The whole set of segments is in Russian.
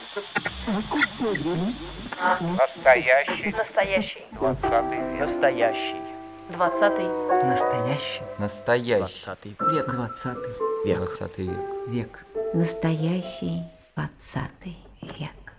Настоящий. Настоящий. 20 век. Настоящий. 20-й. Настоящий. Настоящий. 20 век. 20 Век. 20 век. Век. Настоящий 20 век.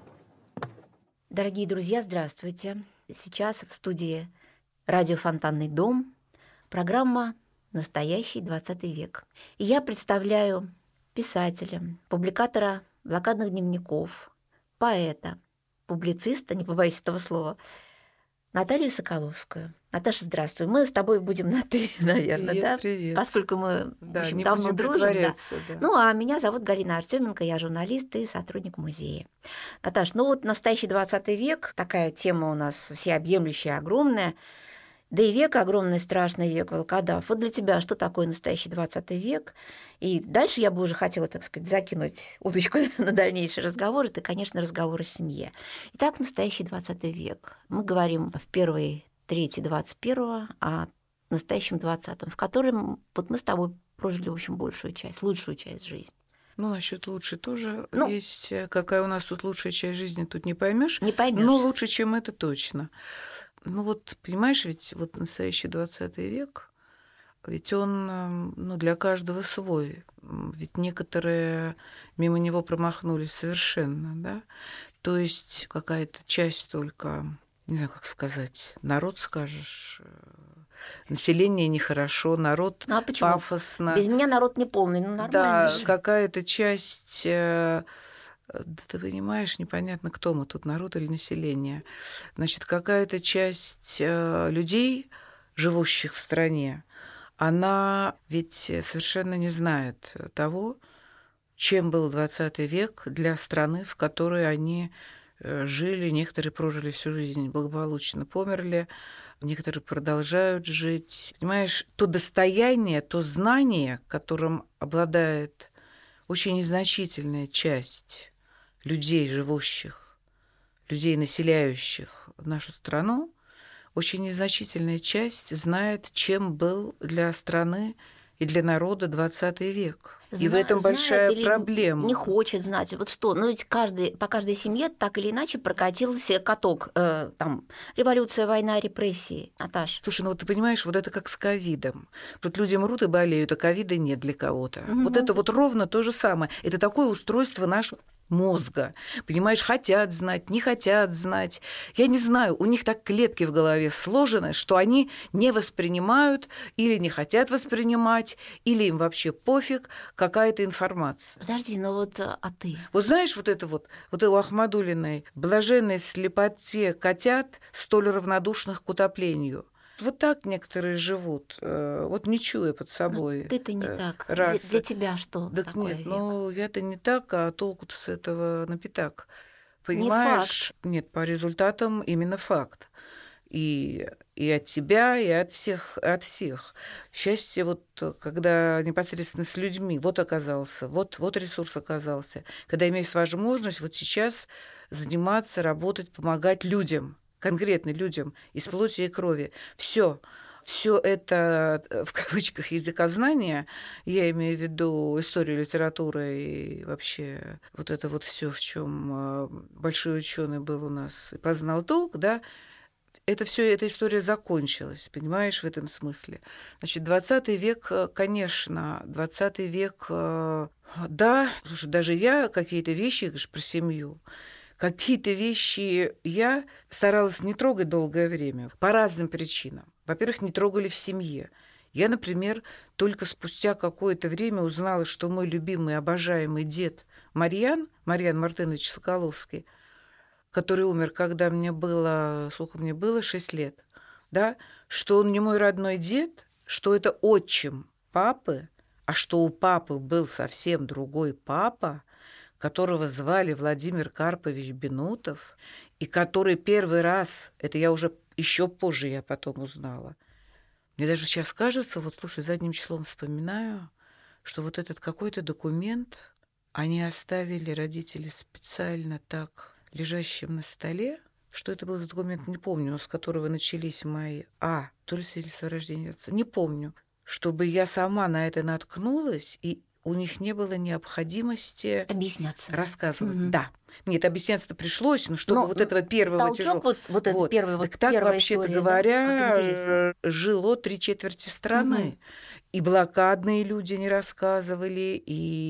Дорогие друзья, здравствуйте. Сейчас в студии радио «Фонтанный дом» программа «Настоящий 20 век». И я представляю писателя, публикатора блокадных дневников, поэта, публициста, не побоюсь этого слова, Наталью Соколовскую. Наташа, здравствуй. Мы с тобой будем на «ты», наверное, Привет, да? привет. Поскольку мы в Да, общем, не давно будем дружим. Да. притворяться, да. Ну, а меня зовут Галина Артёменко, я журналист и сотрудник музея. Наташ, ну вот настоящий 20 век, такая тема у нас всеобъемлющая, огромная. Да и век огромный, страшный век волкодав. Вот для тебя что такое настоящий 20 век? И дальше я бы уже хотела, так сказать, закинуть удочку на дальнейший разговор. Это, конечно, разговор о семье. Итак, настоящий 20 век. Мы говорим в первой трети 21-го о настоящем 20-м, в котором вот мы с тобой прожили, в общем, большую часть, лучшую часть жизни. Ну, насчет лучше тоже Ну, есть. Какая у нас тут лучшая часть жизни, тут не поймешь. Не поймешь. Но лучше, чем это, точно. Ну вот, понимаешь, ведь вот настоящий 20 век, ведь он, ну, для каждого свой. Ведь некоторые мимо него промахнулись совершенно, да? То есть какая-то часть только, не знаю, как сказать, народ, скажешь, население нехорошо, народ Ну, а почему? пафосно. Без меня народ не полный, ну нормально Да, же. какая-то часть, да ты понимаешь, непонятно, кто мы тут, народ или население. Значит, какая-то часть людей, живущих в стране, она ведь совершенно не знает того, чем был 20 век для страны, в которой они жили. Некоторые прожили всю жизнь благополучно, померли, некоторые продолжают жить. Понимаешь, то достояние, то знание, которым обладает очень незначительная часть людей, живущих, людей, населяющих нашу страну, очень незначительная часть знает, чем был для страны и для народа 20 век. И в этом большая знает или проблема. не хочет знать. Вот что? Ну ведь по каждой семье так или иначе прокатился каток. Там революция, война, репрессии. Наташ. Слушай, ну вот ты понимаешь, вот это как с ковидом. Вот люди мрут и болеют, а ковида нет для кого-то. Мгм. Вот это вот ровно то же самое. Это такое устройство нашего мозга. Понимаешь, хотят знать, не хотят знать. Я не знаю, у них так клетки в голове сложены, что они не воспринимают или не хотят воспринимать, или им вообще пофиг какая-то информация. Подожди, ну вот, а ты? Вот знаешь, вот это вот у Ахмадулиной «блаженной слепоте котят, столь равнодушных к утоплению». Вот так некоторые живут, вот не чуя под собой. Ну, ты-то не так. Раз. Для тебя что Так такое нет, век? ну я-то не так, а толку-то с этого на пятак. Понимаешь? Нет, по результатам именно факт. И от тебя, и от всех, от всех. Счастье, вот когда непосредственно с людьми, вот оказался, вот ресурс оказался. Когда имеешь возможность вот сейчас заниматься, работать, помогать людям, конкретно людям из плоти и крови. Все это, в кавычках, языкознание, я имею в виду историю литературы и вообще вот это вот все, в чем большой ученый был у нас и познал толк, да, это все, эта история закончилась, понимаешь, в этом смысле. Значит, 20 век, конечно, 20 век, да, слушай, даже я какие-то вещи, говоришь, про семью, какие-то вещи я старалась не трогать долгое время по разным причинам. Во-первых, не трогали в семье. Я, например, только спустя какое-то время узнала, что мой любимый, обожаемый дед Марьян Мартынович Соколовский, который умер, когда мне было, сколько мне было, 6 лет, да, что он не мой родной дед, что это отчим папы, а что у папы был совсем другой папа, которого звали Владимир Карпович Бенутов, и который первый раз, это я уже еще позже я потом узнала, мне даже сейчас кажется, вот слушай, задним числом вспоминаю, что вот этот какой-то документ они оставили, родители, специально так лежащим на столе, что это был за документ, не помню, но с которого начались мои... то ли свидетельство о рождении отца, не помню. Чтобы я сама на это наткнулась и у них не было необходимости объясняться, рассказывать. Угу. Да. Нет, объясняться-то пришлось, но чтобы вот этого первого толчок, вот это первый, так так, вообще-то говоря, жило 3/4 страны. Угу. И блокадные люди не рассказывали,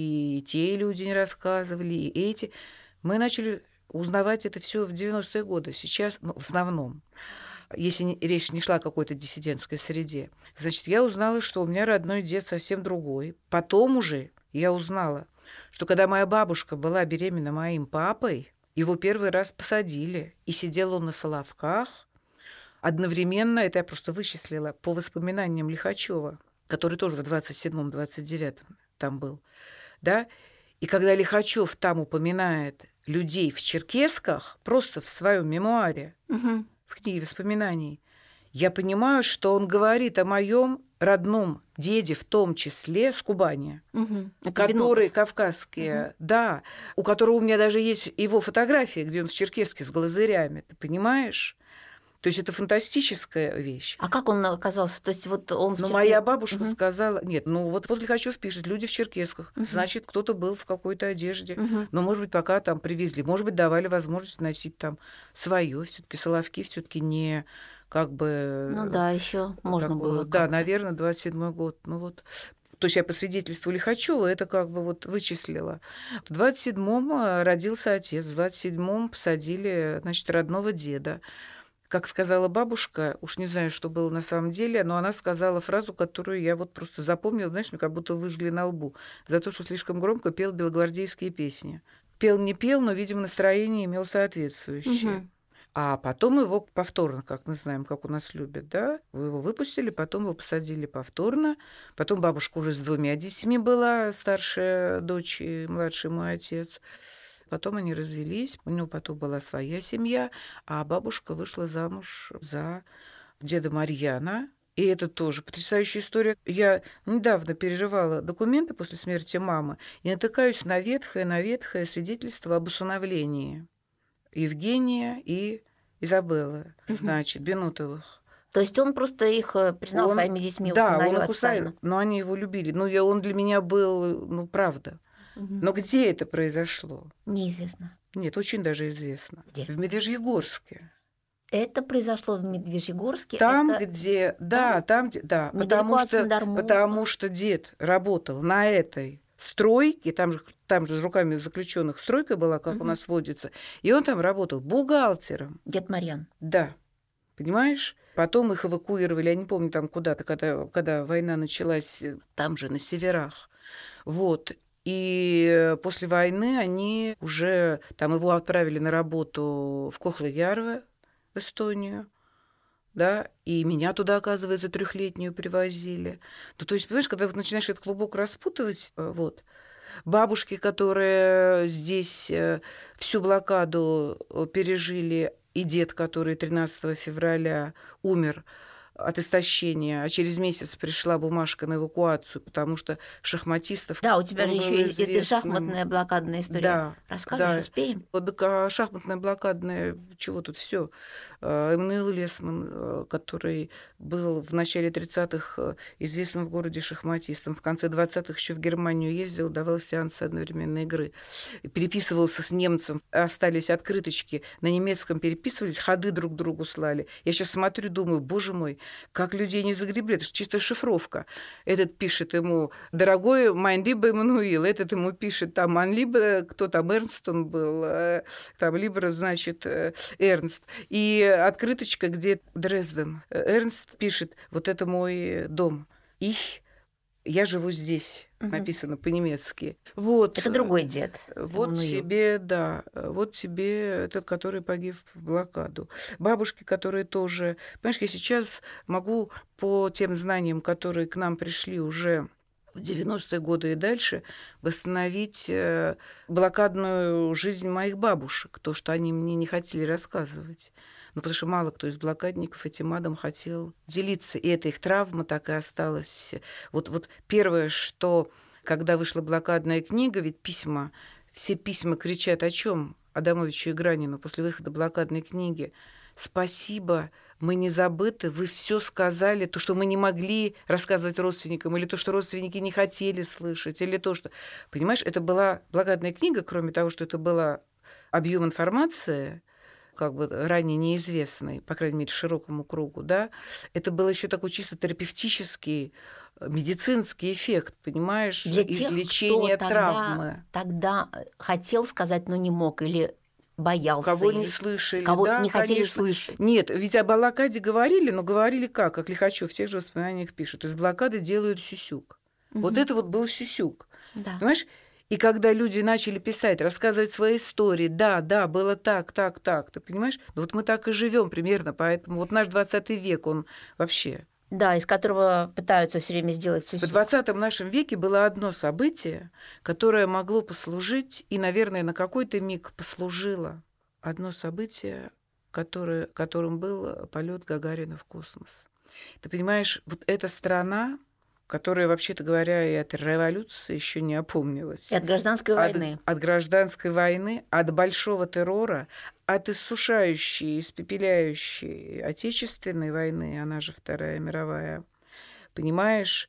и те люди не рассказывали, и эти. Мы начали узнавать это все в 90-е годы. Сейчас, в основном, если речь не шла о какой-то диссидентской среде. Значит, я узнала, что у меня родной дед совсем другой. Потом уже я узнала, что когда моя бабушка была беременна моим папой, его первый раз посадили, и сидел он на Соловках. Одновременно, это я просто вычислила, по воспоминаниям Лихачева, который тоже в 27-м, 29-м там был, да, и когда Лихачев там упоминает людей в черкесках, просто в своем мемуаре, в книге воспоминаний, я понимаю, что он говорит о моем родном деде, в том числе с Кубани, которые кавказские, да, у которого у меня даже есть его фотография, где он в черкеске с глазырями, ты понимаешь? То есть это фантастическая вещь. А как он оказался? То есть вот он моя бабушка сказала... Нет, вот Лихачев пишет, люди в черкесках. Значит, кто-то был в какой-то одежде. Но, может быть, пока там привезли. Может быть, давали возможность носить там свое. Все-таки Соловки все-таки не как бы... Ну да, еще можно было. Да, наверное, 27-й год. Ну вот... То есть я по свидетельству Лихачева это как бы вот вычислила. В 27-м родился отец, в 27-м посадили, значит, родного деда. Как сказала бабушка, уж не знаю, что было на самом деле, но она сказала фразу, которую я вот просто запомнила, знаешь, как будто выжгли на лбу, за то, что слишком громко пел белогвардейские песни. Пел не пел, но, видимо, настроение имел соответствующее. А потом его повторно, как мы знаем, как у нас любят, да, его выпустили, потом его посадили повторно, потом бабушка уже с 2 детьми была, старшая дочь и младший мой отец. Потом они развелись, у него потом была своя семья, а бабушка вышла замуж за деда Марьяна. И это тоже потрясающая история. Я недавно переживала документы после смерти мамы и натыкаюсь на ветхое свидетельство об усыновлении Евгения и Изабеллы, значит, Бенутовых. То есть он просто их признал своими детьми, да, он их усыновил, но они его любили. Ну, он для меня был, правда. Но где это произошло? Неизвестно. Нет, очень даже известно. Где? В Медвежьегорске. Это произошло в Медвежьегорске? Там, где... Да, там, где... Да, потому что дед работал на этой стройке, там же руками заключенных стройка была, как у нас водится, и он там работал бухгалтером. Дед Марьян. Да. Понимаешь? Потом их эвакуировали, я не помню, там куда-то, когда война началась, там же, на северах. Вот. И после войны они уже... Там его отправили на работу в Кохлы-Ярво, в Эстонию, да, и меня туда, оказывается, 3-летнюю привозили. Ну, то есть, понимаешь, когда вот начинаешь этот клубок распутывать, вот, бабушки, которые здесь всю блокаду пережили, и дед, который 13 февраля умер от истощения, а через месяц пришла бумажка на эвакуацию, потому что шахматистов... Да, у тебя же еще и шахматная блокадная история. Да, расскажешь, успеем? Так, шахматная блокадная, чего тут все. Эммануил Лесман, который был в начале 30-х известным в городе шахматистом, в конце 20-х еще в Германию ездил, давал сеансы одновременной игры. Переписывался с немцем, остались открыточки, на немецком переписывались, ходы друг другу слали. Я сейчас смотрю, думаю, боже мой, как людей не загребли, это же чистая шифровка. Этот пишет ему: дорогой mein lieber Эммануил, этот ему пишет там mein lieber, кто там, Эрнст он был, там lieber, значит, Эрнст. И открыточка, где Дрезден. Эрнст пишет: вот это мой дом. Я живу здесь, написано по-немецки. Вот. Это другой дед. Вот тебе, да, вот тебе этот, который погиб в блокаду. Бабушки, которые тоже... Понимаешь, я сейчас могу по тем знаниям, которые к нам пришли уже в 90-е годы и дальше, восстановить блокадную жизнь моих бабушек, то, что они мне не хотели рассказывать. Ну, потому что мало кто из блокадников этим адом хотел делиться. И эта их травма так и осталась. Вот первое, что, когда вышла блокадная книга, ведь все письма кричат о чем? Адамовичу и Гранину после выхода блокадной книги. спасибо, мы не забыты, вы все сказали, то, что мы не могли рассказывать родственникам, или то, что родственники не хотели слышать, или то, что... Понимаешь, это была блокадная книга, кроме того, что это была объем информации, как бы ранее неизвестный, по крайней мере, широкому кругу, да, это был еще такой чисто терапевтический, медицинский эффект, понимаешь, для тех, излечения кто травмы. Тогда хотел сказать, но не мог, или боялся. Кого или не слышали, кого да, не хотели конечно. слышать. Нет, ведь об блокаде говорили, но говорили как Лихачев в тех же воспоминаниях пишет. Из блокады делают сюсюк. Вот это вот был сюсюк. Да. Понимаешь? И когда люди начали писать, рассказывать свои истории, да, было так, ты понимаешь? Вот мы так и живем примерно, поэтому вот наш 20 век, он вообще... Да, из которого пытаются все время сделать сюсюк. В 20 нашем веке было одно событие, которое могло послужить, и, наверное, на какой-то миг послужило. Одно событие, которым был полет Гагарина в космос. Ты понимаешь, вот эта страна, которая, вообще-то говоря, и от революции еще не опомнилась. И от гражданской войны. От гражданской войны, от большого террора, от иссушающей, испепеляющей Отечественной войны, она же Вторая мировая, понимаешь?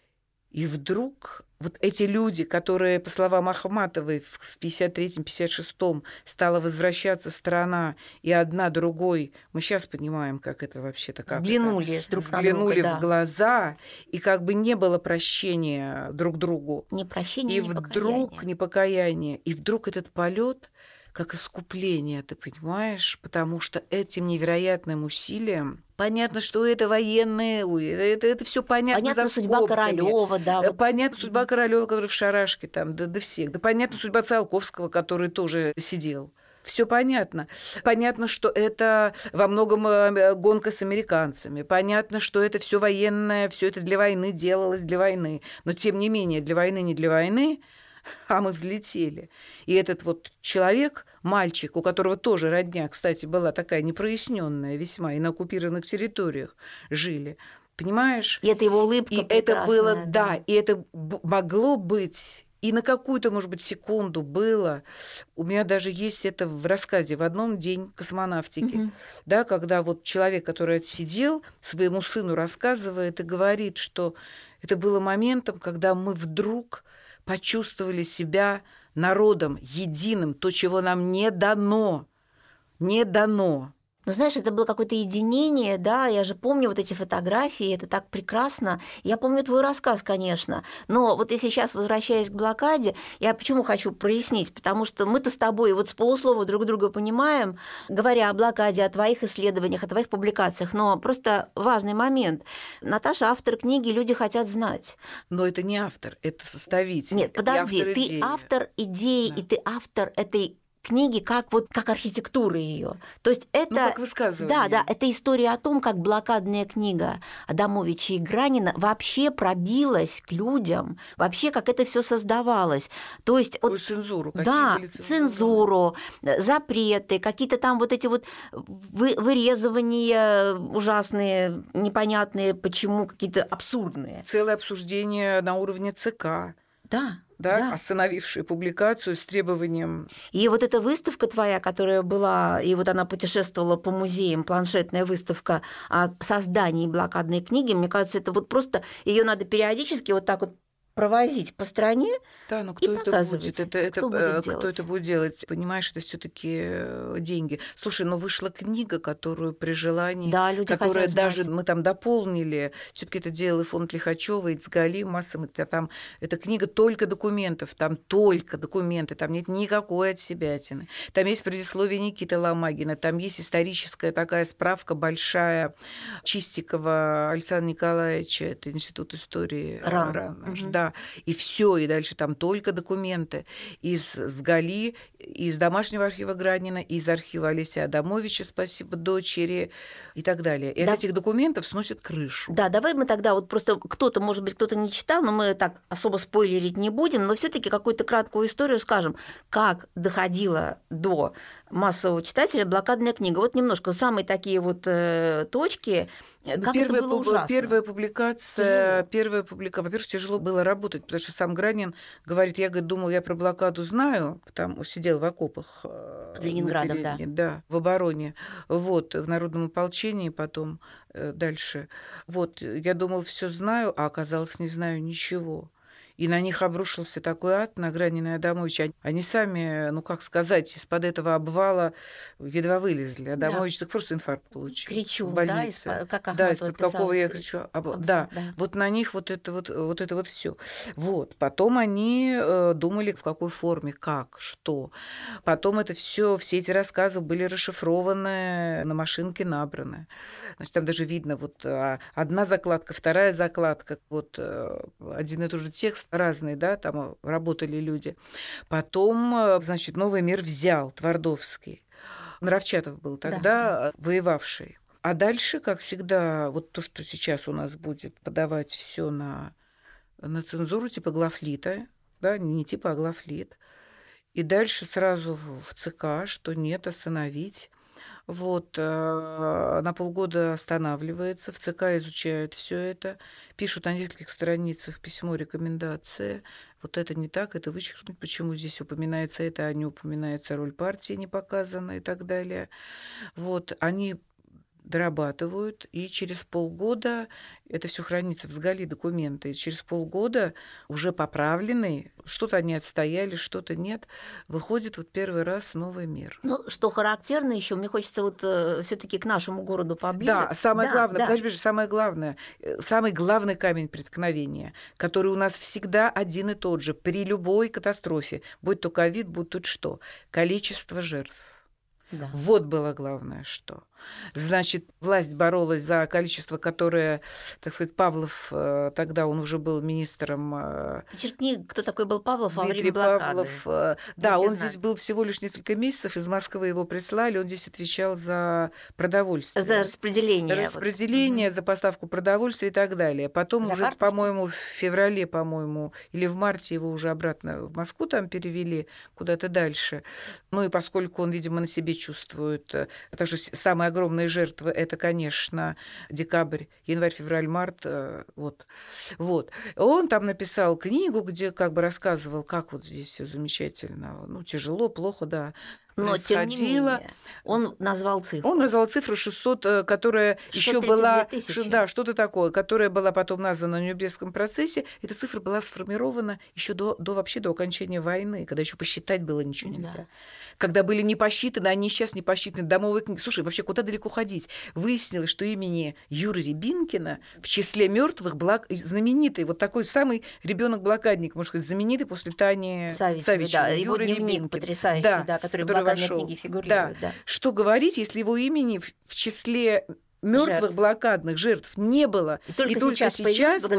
И вдруг вот эти люди, которые, по словам Ахматовой, в 1953-м, 1956-м стала возвращаться страна, и одна другой, мы сейчас понимаем, как это вообще-то, как взглянули это, друг взглянули на друга, в глаза, и как бы не было прощения друг другу. Не прощения, и не вдруг покаяния. не покаяние. И вдруг этот полет как искупление, ты понимаешь? Потому что этим невероятным усилием понятно, что это военные, это все понятно. Понятна судьба Королёва, да. Вот. Понятна судьба Королёва, который в шарашке там, до всех. Да понятна судьба Циолковского, который тоже сидел. Все понятно. Понятно, что это во многом гонка с американцами. Понятно, что это все военное, все это для войны делалось для войны. Но тем не менее, для войны не для войны, а мы взлетели. И этот вот человек, мальчик, у которого тоже родня, кстати, была такая непроясненная весьма, и на оккупированных территориях жили, понимаешь? И это его улыбка и это было, да, и это могло быть, и на какую-то, может быть, секунду было. У меня даже есть это в рассказе «В одном день космонавтики», да, когда вот человек, который отсидел, своему сыну рассказывает и говорит, что это было моментом, когда мы вдруг почувствовали себя народом единым, то, чего нам не дано. Не дано. Ну, знаешь, это было какое-то единение, да, я же помню вот эти фотографии, это так прекрасно. Я помню твой рассказ, конечно, но вот если сейчас, возвращаясь к блокаде, я почему хочу прояснить, потому что мы-то с тобой вот с полуслова друг друга понимаем, говоря о блокаде, о твоих исследованиях, о твоих публикациях, но просто важный момент. Наташа автор книги «Люди хотят знать». Но это не автор, это составитель. Нет, подожди, ты автор идеи, да. И ты автор этой книги как архитектуры ее. То есть это как высказывание. Да, это история о том, как блокадная книга Адамовича и Гранина вообще пробилась к людям, вообще как это все создавалось. То есть цензуру, да, цензуру, запреты, какие-то там вот эти вот вырезывания ужасные, непонятные, почему какие-то абсурдные. Целое обсуждение на уровне ЦК. Да, остановившие публикацию с требованием... И вот эта выставка твоя, которая была, и вот она путешествовала по музеям, планшетная выставка о создании блокадной книги, мне кажется, это вот просто ее надо периодически вот так вот провозить по стране. Да, но кто это будет? Кто это будет делать? Понимаешь, это все-таки деньги. Слушай, но вышла книга, которую при желании, да, люди которая даже знать. Мы там дополнили. Все-таки это делал и фонд Лихачёва, и Цгали, масса. Там эта книга только документов, там только документы, там нет никакой отсебятины. Там есть предисловие Никиты Ломагина, там есть историческая такая справка большая Чистикова Александра Николаевича, это Институт истории РАН. Да. И все, и дальше там только документы из СГАЛИ, из домашнего архива Гранина, из архива Олеся Адамовича, спасибо дочери, и так далее. И от этих документов сносят крышу. Да, давай мы тогда вот просто кто-то, может быть, кто-то не читал, но мы так особо спойлерить не будем, но все-таки какую-то краткую историю скажем, как доходила до массового читателя блокадная книга. Вот немножко самые такие вот точки, как это было ужасно. Первая публикация, во-первых, тяжело было работать, потому что сам Гранин говорит, я, говорит, думал, я про блокаду знаю, там сидел в окопах. Под Ленинградом, да. Да, в обороне, вот, в народном ополчении потом дальше. Вот, я думал, все знаю, а оказалось, не знаю ничего. И на них обрушился такой ад, на Гранина и Адамовича. Они сами, ну как сказать, из-под этого обвала едва вылезли. Адамович так просто инфаркт получил. Кричу, в больнице. Да, как да, из-под какого я кричу. Да, да, вот на них вот это все. Вот. Потом они думали, в какой форме, как, что. Потом это все эти рассказы были расшифрованы, на машинке набраны. Значит, там даже видно вот одна закладка, вторая закладка, вот один и тот же текст разный, да, там работали люди. Потом, значит, «Новый мир» взял Твардовский. Нравчатов был тогда воевавший. А дальше, как всегда, вот то, что сейчас у нас будет подавать все на цензуру, типа главлита, да, не типа, а главлит. И дальше сразу в ЦК, что нет, остановить. Вот, на полгода останавливается, в ЦК изучают все это, пишут на нескольких страницах письмо, рекомендации. Вот это не так, это вычеркнуть, почему здесь упоминается это, а не упоминается роль партии, не показана и так далее. Вот, они дорабатывают, и через полгода, это все хранится в СГАЛе документы, и через полгода уже поправленный, что-то они отстояли, что-то нет, выходит вот первый раз «Новый мир». Ну, что характерно еще, мне хочется вот все-таки к нашему городу поближе. Да, самое главное, подожди, самое главное, самый главный камень преткновения, который у нас всегда один и тот же при любой катастрофе, будь то ковид, будь тут что, количество жертв. Да. Вот было главное, что. Значит, власть боролась за количество, которое, так сказать, Павлов, тогда он уже был министром... Подчеркни, кто такой был Павлов во Дмитрий время блокады. Павлов. Да, он здесь был всего лишь несколько месяцев, из Москвы его прислали, он здесь отвечал за продовольствие. За распределение. Распределение, за поставку продовольствия и так далее. Потом за уже, карточку? По-моему, в феврале, по-моему, или в марте его уже обратно в Москву там перевели, куда-то дальше. Ну и поскольку он, видимо, на себе чувствует... Потому что самое огромные жертвы, это, конечно, декабрь, январь, февраль, март. Вот. Он там написал книгу, где как бы рассказывал, как вот здесь все замечательно. Ну, тяжело, плохо, да. Но, тем не менее, он назвал цифру. Он назвал цифру 600, которая еще была... Да, что-то такое, которая была потом названа в Нюрнбергском процессе. Эта цифра была сформирована еще вообще до окончания войны, когда еще посчитать было ничего нельзя. Да. Когда были не посчитаны, они сейчас не посчитаны. Домовые книги. Слушай, вообще куда далеко ходить? Выяснилось, что имени Юрия Рябинкина в числе мертвых знаменитый, вот такой самый ребенок-блокадник, можно сказать, знаменитый после Тани Савичевой. Да, его дневник потрясающий, да, который в блокадной книге фигурирует. Да. Что говорить, если его имени в числе мертвых блокадных жертв не было. И только сейчас вот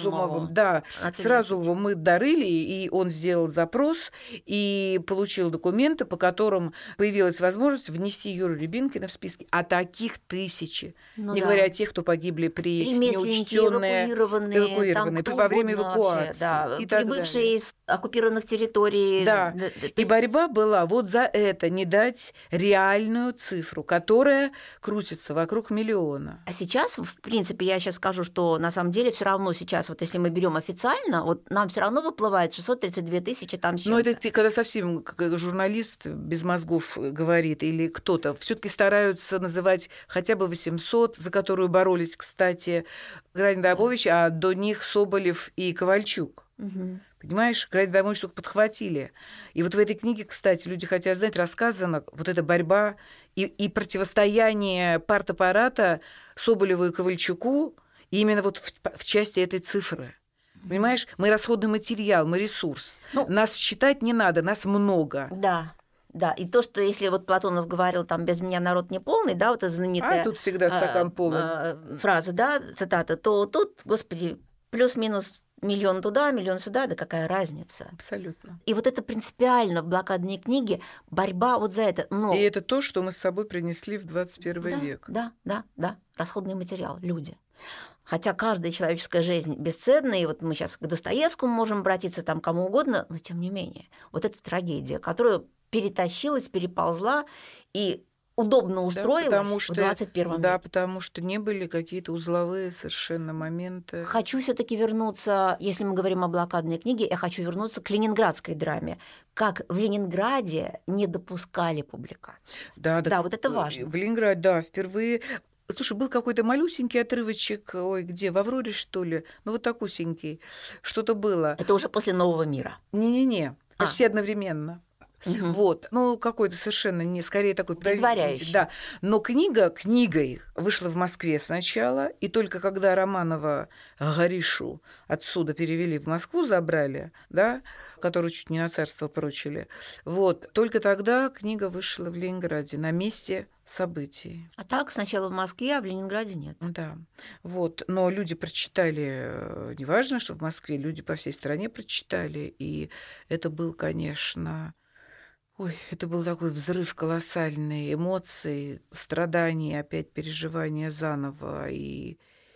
с Разумовым мы дорыли, и он сделал запрос и получил документы, по которым появилась возможность внести Юру Рябинкина в списки. А таких тысячи. Не говоря о тех, кто погибли при неучтённые, эвакуированные во время эвакуации. Да, прибывшие из оккупированных территорий. Да. И борьба была вот за это, не дать реальную цифру, которая крутится вокруг миллиона. А сейчас, в принципе, я сейчас скажу, что на самом деле все равно сейчас, вот если мы берем официально, вот нам все равно выплывает 632 тысячи там с чем-то. Но это когда совсем как журналист без мозгов говорит или кто-то, все-таки стараются называть хотя бы 800, за которую боролись, кстати, Гранин и Адамович, а до них Соболев и Ковальчук. Угу. Понимаешь, Гранин и Адамович только подхватили. И вот в этой книге, кстати, люди хотят знать, рассказано вот эта борьба и противостояние партаппарата Соболеву и Ковальчуку именно вот в части этой цифры. Понимаешь, мы расходный материал, мы ресурс. Нас считать не надо, нас много. Да, и то, что если вот Платонов говорил, там, без меня народ не полный, да, вот эта знаменитая... А тут всегда стакан полон. Фраза, да, цитата, то тут, господи, плюс-минус миллион туда, миллион сюда, да какая разница? Абсолютно. И вот это принципиально в блокадной книге борьба вот за это. Но... И это то, что мы с собой принесли в 21 век. Да, расходный материал, люди. Хотя каждая человеческая жизнь бесценна, и вот мы сейчас к Достоевскому можем обратиться, там кому угодно, но тем не менее, вот эта трагедия, которая перетащилась, переползла, и удобно устроилась, да, потому что, в 21 веке. Да, потому что не были какие-то узловые совершенно моменты. Хочу все-таки вернуться, если мы говорим о блокадной книге, я хочу вернуться к ленинградской драме. Как в Ленинграде не допускали публикацию. Да, вот это важно. В Ленинграде, да, впервые. Слушай, был какой-то малюсенький отрывочек, где, в «Авроре», что ли? Ну, вот такусенький. Что-то было. Это уже после «Нового мира». Не-не-не, почти одновременно. Вот, ну, какой-то совершенно не, скорее такой предваряющий. Да. Но книга книгой вышла в Москве сначала, и только когда Романова Гришу отсюда перевели в Москву, забрали, да, которую чуть не на царство прочили, вот, только тогда книга вышла в Ленинграде на месте событий. А так сначала в Москве, а в Ленинграде нет. Да, вот, но люди прочитали, неважно, что в Москве, люди по всей стране прочитали, и это был, конечно... Ой, это был такой взрыв колоссальной эмоций, страданий, опять переживания заново. И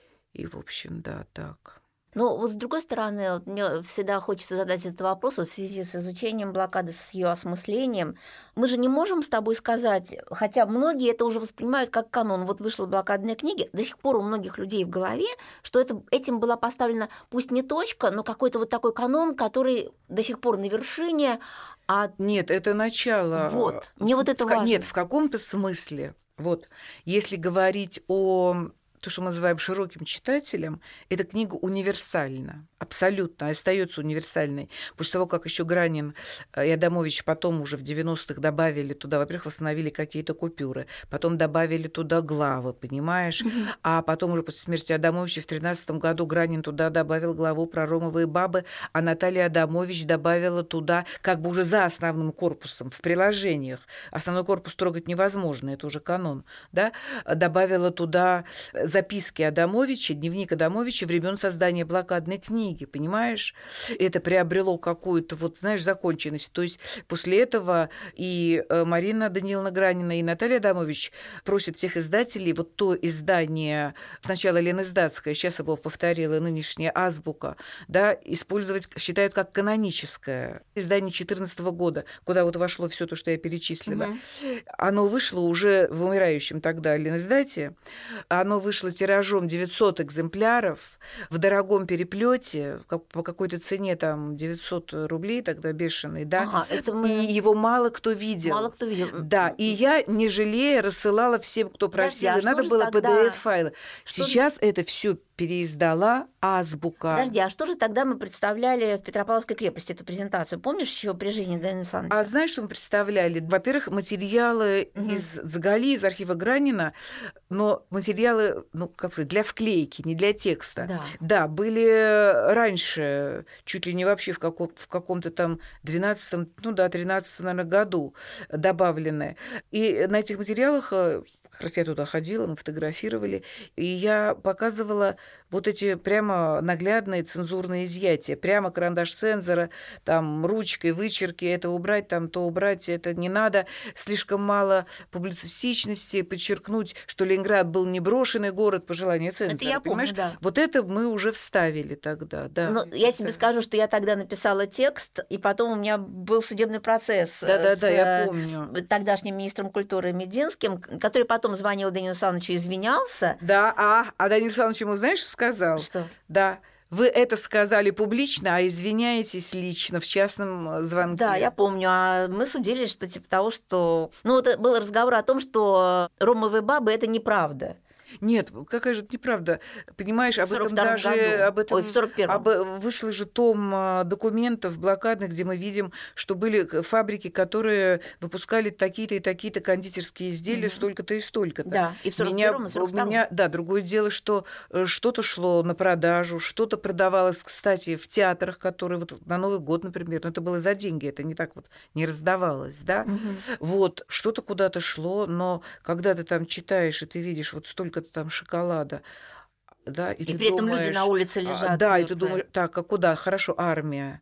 в общем, да, так. Но вот с другой стороны, вот мне всегда хочется задать этот вопрос вот в связи с изучением блокады, с ее осмыслением. Мы же не можем с тобой сказать, хотя многие это уже воспринимают как канон. Вот вышла блокадная книга, до сих пор у многих людей в голове, что этим была поставлена, пусть не точка, но какой-то вот такой канон, который до сих пор на вершине. Нет, это начало. Вот, мне вот это важно. Нет, в каком-то смысле. Вот, если говорить о то, что мы называем широким читателем, эта книга универсальна, абсолютно остается универсальной. После того, как еще Гранин и Адамович потом уже в 90-х добавили туда, во-первых, восстановили какие-то купюры, потом добавили туда главы, понимаешь? А потом уже после смерти Адамовича в 13 году Гранин туда добавил главу про ромовые бабы, а Наталья Адамович добавила туда как бы уже за основным корпусом, в приложениях. Основной корпус трогать невозможно, это уже канон, да? Добавила туда записки Адамовича, дневник Адамовича времен создания блокадной книги, понимаешь? Это приобрело какую-то, вот, знаешь, законченность. То есть после этого и Марина Даниловна Гранина, и Наталья Адамович просят всех издателей вот то издание, сначала Лениздатское, сейчас его повторила нынешняя Азбука, да, использовать, считают как каноническое издание 2014 года, куда вот вошло все то, что я перечислила. Оно вышло уже в умирающем тогда Лениздате, оно вышло тиражом 900 экземпляров в дорогом переплете по какой-то цене там 900 рублей, тогда бешеный, да. И его мало кто видел. Мало кто видел. Да, и я, не жалея, рассылала всем, кто просил. И надо было PDF-файлы. Сейчас это все переиздала Азбука. Подожди, а что же тогда мы представляли в Петропавловской крепости, эту презентацию? Помнишь еще при жизни Дэна Александровича? А знаешь, что мы представляли? Во-первых, материалы из Дзагали, из архива Гранина, но материалы, ну, как сказать, для вклейки, не для текста. Да, были раньше, чуть ли не вообще в каком-то там 12-м, ну да, 13-м, наверное, году добавлены. И на этих материалах... Как раз я туда ходила, мы фотографировали, и я показывала вот эти прямо наглядные цензурные изъятия. Прямо карандаш цензора, там ручкой вычерки, это убрать, там то убрать, это не надо. Слишком мало публицистичности, подчеркнуть, что Ленинград был не брошенный город по желанию цензора. Это я помню, да. Вот это мы уже вставили тогда, да. Но я тебе скажу, что я тогда написала текст, и потом у меня был судебный процесс я помню. Тогдашним министром культуры Мединским, который потом звонил Данилу Александровичу и извинялся. Да, а Данил Александрович ему, знаешь, что сказал? Что? Да. Вы это сказали публично, а извиняетесь лично в частном звонке. Да, я помню. А мы судили, что типа того, что... Ну, вот был разговор о том, что ромовые бабы – это неправда. Нет, какая же это неправда. Понимаешь, об этом даже... в 41-м. Вышел же том документов блокадных, где мы видим, что были фабрики, которые выпускали такие-то и такие-то кондитерские изделия столько-то и столько-то. Да, и в 41-м, и в 42-м. Да, другое дело, что что-то шло на продажу, что-то продавалось, кстати, в театрах, которые вот на Новый год, например, но это было за деньги, это не так вот не раздавалось, да. Вот, что-то куда-то шло, но когда ты там читаешь, и ты видишь вот столько там шоколада, да, и ты при этом думаешь, люди на улице лежат. Да, и ты думаешь, так, а куда? Хорошо, армия,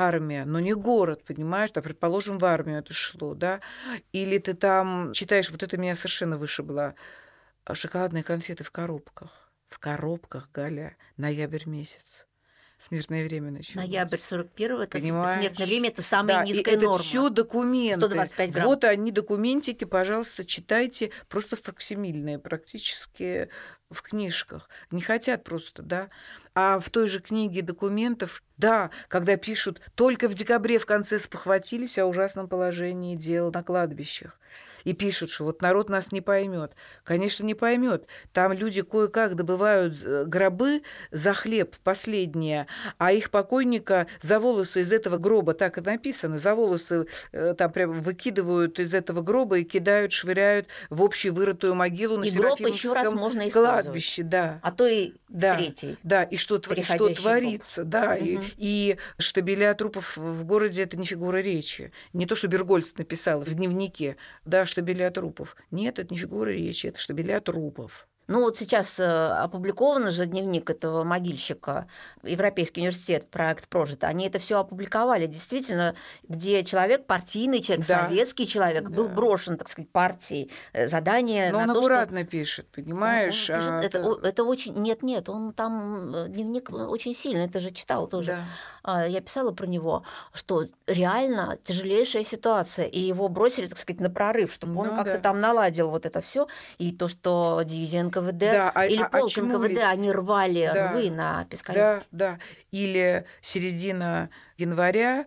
но не город, понимаешь, там, предположим, в армию это шло, да, или ты там читаешь, вот это меня совершенно вышибло, шоколадные конфеты в коробках, Галя, ноябрь месяц. смертное время началось. Ноябрь 41-го, это Понимаешь? смертное время, это самая низкая это норма. Все документы. 125 грамм. Вот они, документики, пожалуйста, читайте, просто факсимильные, практически в книжках. Не хотят просто, да. А в той же книге документов, да, когда пишут, только в декабре в конце спохватились о ужасном положении дел на кладбищах. И пишут, что вот народ нас не поймет. Конечно, не поймет. Там люди кое-как добывают гробы за хлеб последние, а их покойника за волосы из этого гроба, так и написано, за волосы там прям выкидывают из этого гроба и кидают, швыряют в общую вырытую могилу на Серафимовском кладбище. Да. А то и да, третий. Да, и что творится. Да, и штабеля трупов в городе – это не фигура речи. Не то, что Бергольц написал в дневнике, да, штабеля трупов. Нет, это не фигура речи, это штабеля трупов. Ну вот сейчас опубликован же дневник этого могильщика, Европейский университет, проект «Прожито». Они это все опубликовали, действительно, где человек, партийный человек, да. Советский человек, да. Был брошен, так сказать, партией. Задание. Но на он то, аккуратно пишет, понимаешь? Он пишет, это очень... Нет, он там дневник очень сильный, это же читал тоже. Да. Я писала про него, что реально тяжелейшая ситуация, и его бросили, так сказать, на прорыв, чтобы он как-то там наладил вот это все, и то, что дивизия НКВД или полк НКВД, они рвали рвы на Пискаревке. Да. Или середина января,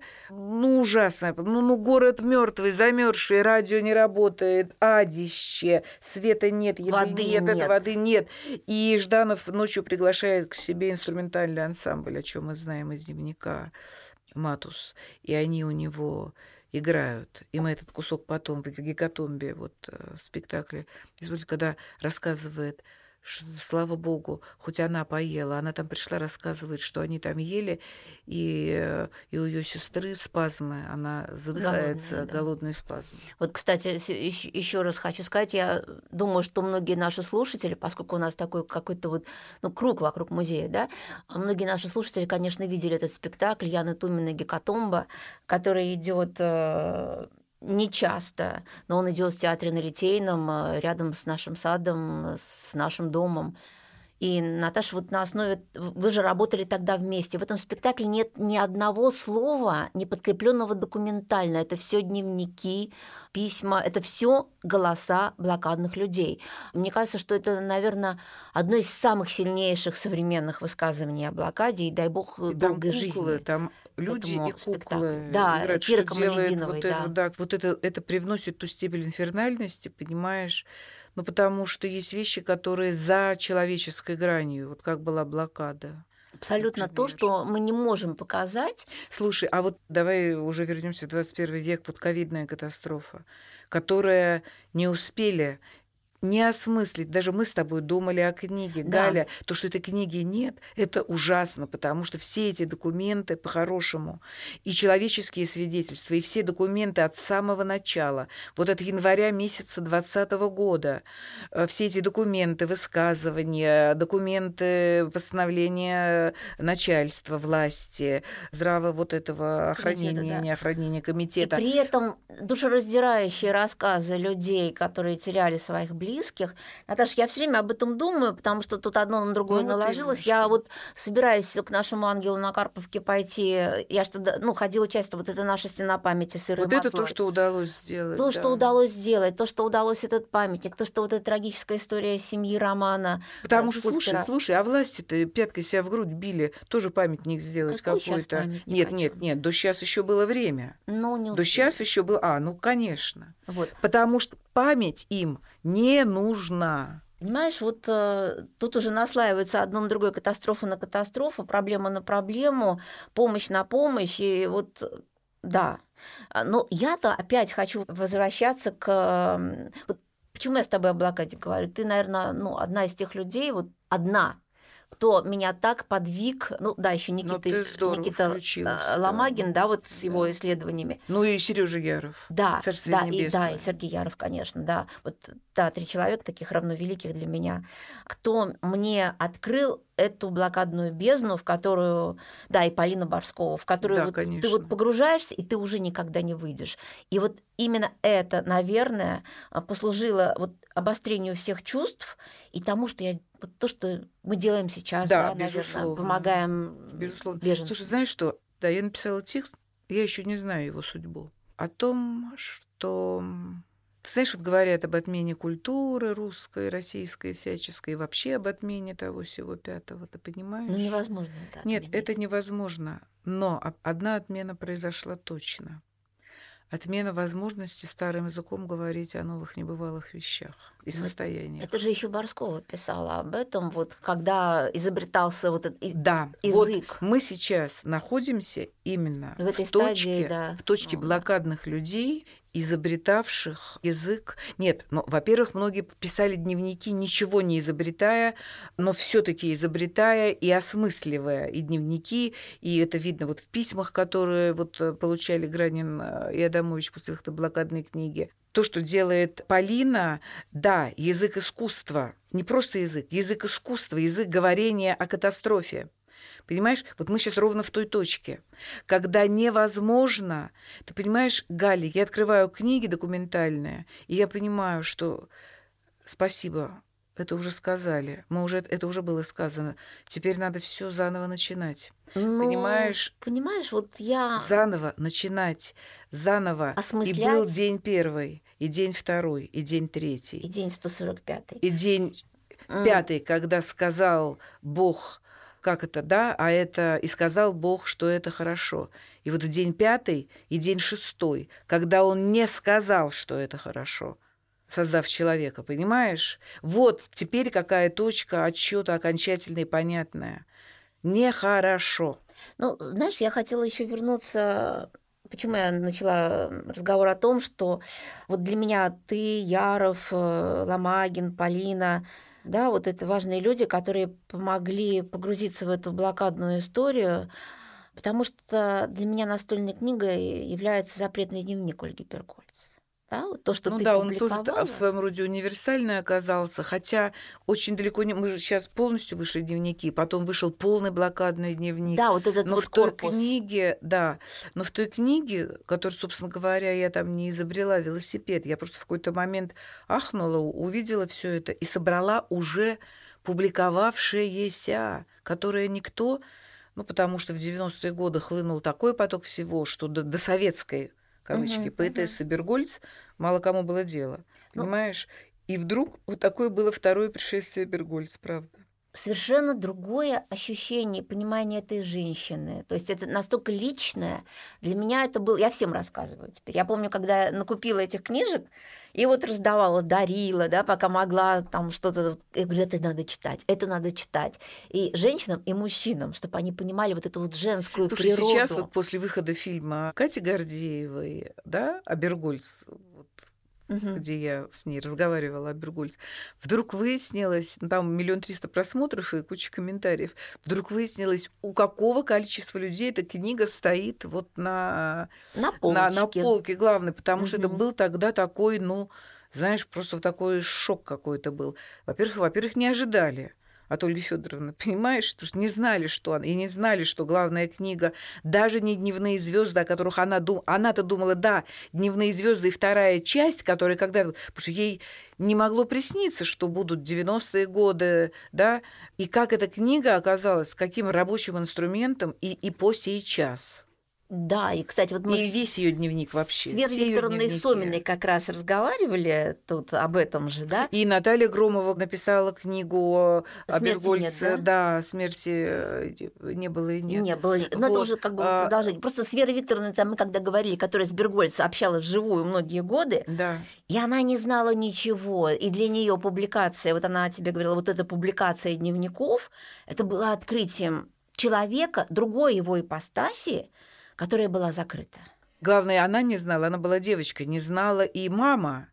ужасно, город мертвый, замерзший, радио не работает, адище, света нет, еды воды нет. И Жданов ночью приглашает к себе инструментальный ансамбль, о чем мы знаем из дневника «Матус», и они у него играют. И мы этот кусок потом в «Гекатомбе», вот в спектакле, когда рассказывает, слава богу, хоть она поела, она там пришла, рассказывает, что они там ели, и у ее сестры спазмы, она задыхается, голодные спазмы. Вот, кстати, еще раз хочу сказать, я думаю, что многие наши слушатели, поскольку у нас такой какой-то вот, круг вокруг музея, да, многие наши слушатели, конечно, видели этот спектакль Яны Туминой «Гекатомба», который идет не часто, но он идет в театре на Литейном, рядом с нашим садом, с нашим домом. И, Наташа, вот на основе... Вы же работали тогда вместе. В этом спектакле нет ни одного слова, не подкрепленного документально. Это все дневники, письма, это все голоса блокадных людей. Мне кажется, что это, наверное, одно из самых сильнейших современных высказываний о блокаде, и дай бог долгой жизни. Там люди и куклы. Да, играют, Кира что делает Камалетдиновой, вот это привносит ту степень инфернальности, понимаешь? Потому что есть вещи, которые за человеческой гранью, вот как была блокада. Абсолютно то, что мы не можем показать. Слушай, а вот давай уже вернемся в 21 век, вот ковидная катастрофа, которая не успели не осмыслить. Даже мы с тобой думали о книге. Да. Галя, то, что этой книги нет, это ужасно, потому что все эти документы по-хорошему, и человеческие свидетельства, и все документы от самого начала, вот от января месяца 2020 года, все эти документы, высказывания, документы постановления начальства, власти, здраво вот этого охранения, неохранения комитета. И при этом душераздирающие рассказы людей, которые теряли своих близких. Наташа, я все время об этом думаю, потому что тут одно на другое наложилось. Я вот собираюсь к нашему ангелу на Карповке пойти. Я ходила часто, вот это наша стена памяти с Ирой Масловой. Это то, что удалось сделать. То, что удалось сделать, то, что удалось этот памятник, то, что вот эта трагическая история семьи Романа. Потому что, слушай, а власти-то пяткой себя в грудь били, тоже памятник сделать какой-то. Нет, до сейчас еще было время. До сейчас еще было. Конечно. Вот. Потому что память им не нужна. Понимаешь, вот тут уже наслаивается одно на другое, катастрофа на катастрофу, проблема на проблему, помощь на помощь, и вот, да. Но я-то опять хочу возвращаться к... Вот почему я с тобой о блокаде говорю? Ты, наверное, одна из тех людей, вот одна, кто меня так подвиг, еще Никита Ломагин, вот с его исследованиями. И Сережа Яров. Да, и Сергей Яров, конечно, да. Вот, 3 человека таких равновеликих для меня, кто мне открыл эту блокадную бездну, в которую, да, и Полина Борскова, в которую Да, вот конечно. ты вот погружаешься, и ты уже никогда не выйдешь. И вот именно это, наверное, послужило вот обострению всех чувств и тому, что вот то, что мы делаем сейчас, Да, наверное, безусловно. помогаем Безусловно. беженцам. Слушай, знаешь что? Да, я написала текст, я еще не знаю его судьбу. О том, что... Ты знаешь, вот говорят об отмене культуры русской, российской, всяческой, и вообще об отмене того всего пятого, ты понимаешь? Ну, невозможно. Да, Нет, отменить. это невозможно. Но одна отмена произошла точно. Отмена возможности старым языком говорить о новых небывалых вещах и состояниях. Это же еще Борскова писала об этом, вот когда изобретался вот этот да, язык. Вот мы сейчас находимся именно в этой стадии, в точке блокадных людей, изобретавших язык. Нет, но, во-первых, многие писали дневники, ничего не изобретая, но все-таки изобретая и осмысливая и дневники, и это видно вот в письмах, которые вот получали Гранин и Адамович после выхода блокадной книги. То, что делает Полина, да, язык искусства, не просто язык искусства, язык говорения о катастрофе. Понимаешь, вот мы сейчас ровно в той точке, когда невозможно... Ты понимаешь, Галя, я открываю книги документальные, и я понимаю, что спасибо, это уже сказали, это уже было сказано, теперь надо все заново начинать. Понимаешь, вот я... Заново начинать, заново. Осмыслять. И был день первый, и день второй, и день третий. И день 145-й. И день пятый, когда сказал Бог... Как это, да? А это и сказал Бог, что это хорошо. И вот день пятый и день шестой, когда он не сказал, что это хорошо, создав человека, понимаешь? Вот теперь какая точка отсчета окончательная и понятная. Нехорошо. Ну, знаешь, я хотела еще вернуться. Почему я начала разговор о том, что вот для меня ты, Яров, Ломагин, Полина, да, вот это важные люди, которые помогли погрузиться в эту блокадную историю, потому что для меня настольной книгой является запретный дневник Ольги Бергольц. Да, вот то, что ты публиковала. Он тоже в своем роде универсальный оказался, хотя очень далеко не... Мы же сейчас полностью вышли дневники, потом вышел полный блокадный дневник. Да, вот этот но вот в той корпус. книге, да, но в той книге, которую, собственно говоря, я там не изобрела велосипед, я просто в какой-то момент ахнула, увидела все это и собрала уже публиковавшееся, которое никто... Ну, потому что в 90-е годы хлынул такой поток всего, что до советской кавычки, поэтесса Бергольц, мало кому было дело, понимаешь? И вдруг вот такое было второе пришествие Бергольц, правда. Совершенно другое ощущение, понимание этой женщины. То есть это настолько личное. Для меня это было... Я всем рассказываю теперь. Я помню, когда я накупила этих книжек, и вот раздавала, дарила, да, пока могла там что-то... Я говорю, это надо читать. И женщинам, и мужчинам, чтобы они понимали вот эту вот женскую природу. Сейчас вот после выхода фильма Кати Гордеевой, да, о Бергольц, вот, где я с ней разговаривала о Бергольц, вдруг выяснилось, там 1 300 000 просмотров и куча комментариев, вдруг выяснилось, у какого количества людей эта книга стоит вот на полке главной, потому что это был тогда такой, ну, знаешь, просто такой шок какой-то был. Во-первых, не ожидали от Ольги Федоровны, понимаешь? Потому что не знали, что она, и не знали, что главная книга, даже не «Дневные звезды», о которых она-то думала, да, «Дневные звезды» и вторая часть, которая когда-то... Потому что ей не могло присниться, что будут 90-е годы, да, и как эта книга оказалась, каким рабочим инструментом и по сей час. Да, и, кстати, вот мы... И весь ее дневник вообще. С Верой Викторовной Соминой как раз разговаривали тут об этом же, да? И Наталья Громова написала книгу о Бергольце. Да? Смерти не было и нет. Не было. Но вот. Это уже как бы продолжение. Просто с Верой Викторовной, там, мы когда говорили, которая с Бергольце общалась вживую многие годы, да. И она не знала ничего. И для нее публикация, вот она тебе говорила, вот эта публикация дневников, это было открытием человека, другой его ипостаси, которая была закрыта. Главное, она не знала, она была девочкой, не знала и мама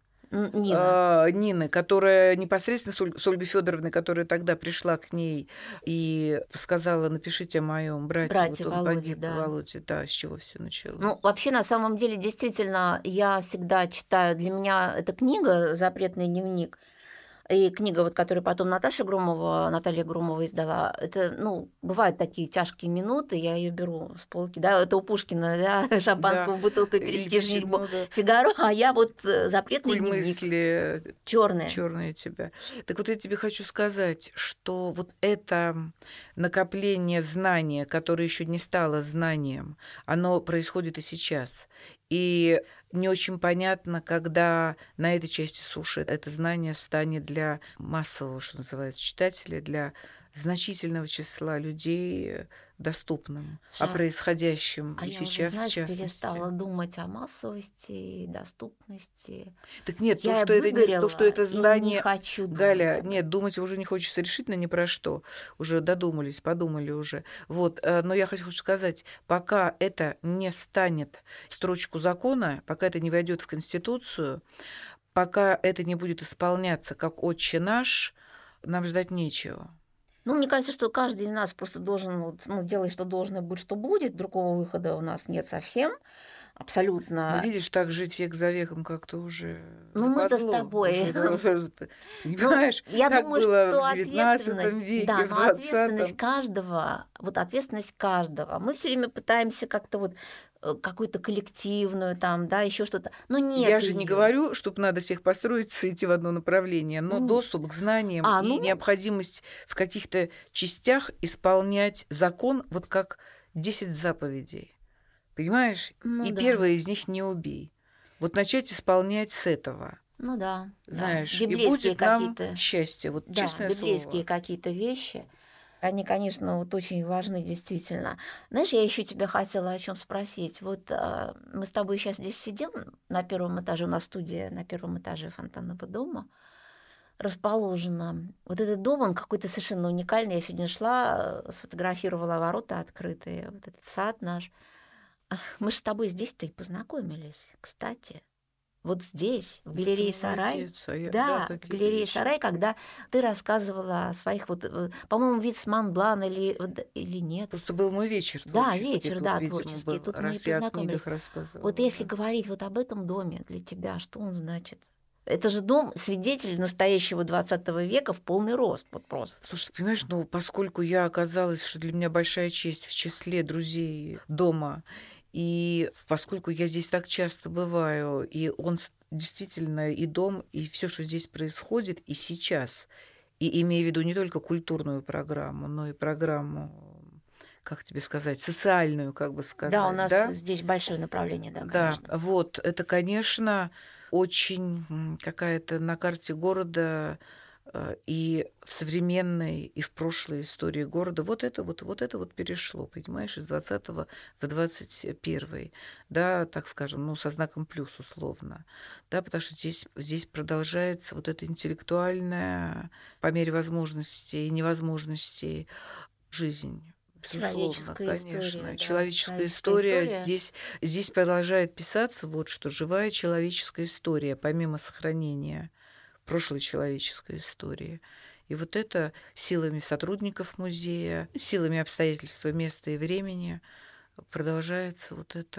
Нины, которая непосредственно с Ольгой Федоровной, которая тогда пришла к ней и сказала, напишите о моем брате, вот он Володе, погиб, да. Володе, да, с чего все началось. Ну, вообще, на самом деле, действительно, я всегда читаю, для меня эта книга «Запретный дневник», И книга, вот, которую потом Наталья Грумова издала, это, бывают такие тяжкие минуты, я ее беру с полки, да, это у Пушкина, да, шампанского бутылкой перейти в женитьбу Фигаро, а я вот запретный дневник. Мысли черные тебя. Так вот я тебе хочу сказать, что вот это накопление знания, которое еще не стало знанием, оно происходит и сейчас. И не очень понятно, когда на этой части суши это знание станет для массового, что называется, читателя, для значительного числа людей доступным, о происходящем и сейчас, в частности. Перестала думать о массовости и доступности. Так нет, то, что это знание... Не хочу думать. Галя, нет, думать уже не хочется решительно ни про что. Уже додумались, подумали уже. Вот, но я хочу сказать, пока это не станет в строчку закона, пока это не войдет в Конституцию, пока это не будет исполняться как «Отче наш», нам ждать нечего. Мне кажется, что каждый из нас просто должен делать, что должно быть, что будет. Другого выхода у нас нет совсем. Абсолютно. Ну, видишь, так жить век за веком как-то уже мы-то с тобой. Понимаешь, я так думаю, было что в 19 веке, да, в 20-м. Ответственность каждого. Мы все время пытаемся как-то какую-то коллективную, еще что-то. Но нет. Я же не говорю, чтобы надо всех построиться и идти в одно направление, но доступ к знаниям и необходимость в каких-то частях исполнять закон, вот как 10 заповедей. Понимаешь? Первое из них не убей. Вот начать исполнять с этого. Знаешь, библейские и будет нам какие-то счастье. Вот честное библейские слово. какие-то вещи. Они, конечно, очень важны, действительно. Знаешь, я еще тебя хотела о чем спросить. Вот мы с тобой сейчас здесь сидим на первом этаже, у нас студия на первом этаже Фонтанного дома расположена. Вот этот дом, он какой-то совершенно уникальный. Я сегодня шла, сфотографировала ворота открытые, вот этот сад наш. Мы же с тобой здесь-то и познакомились, кстати. Вот здесь, в галерее «Сарай». В галерее «Сарай», когда ты рассказывала о своих, по-моему, вид с Монблан или нет. Просто был мой вечер. Творческий. Тут мы и познакомились. Вот если говорить об этом доме для тебя, что он значит? Это же дом, свидетель настоящего 20 века в полный рост. Вот просто. Слушай, ты понимаешь, поскольку я оказалась, что для меня большая честь в числе друзей дома, и поскольку я здесь так часто бываю, и он действительно и дом, и все, что здесь происходит, и сейчас, и имея в виду не только культурную программу, но и программу, как тебе сказать, социальную, как бы сказать. Да, у нас здесь большое направление, да, конечно. Да, вот, это, конечно, очень какая-то на карте города и в современной, и в прошлой истории города вот это перешло, понимаешь, из 20-го в 21-й, да, так скажем, со знаком плюс условно, да, потому что здесь продолжается вот это интеллектуальная, по мере возможностей и невозможностей, жизнь. Безусловно, конечно. Человеческая история. Здесь продолжает писаться что живая человеческая история, помимо сохранения прошлой человеческой истории. И вот это силами сотрудников музея, силами обстоятельств места и времени продолжается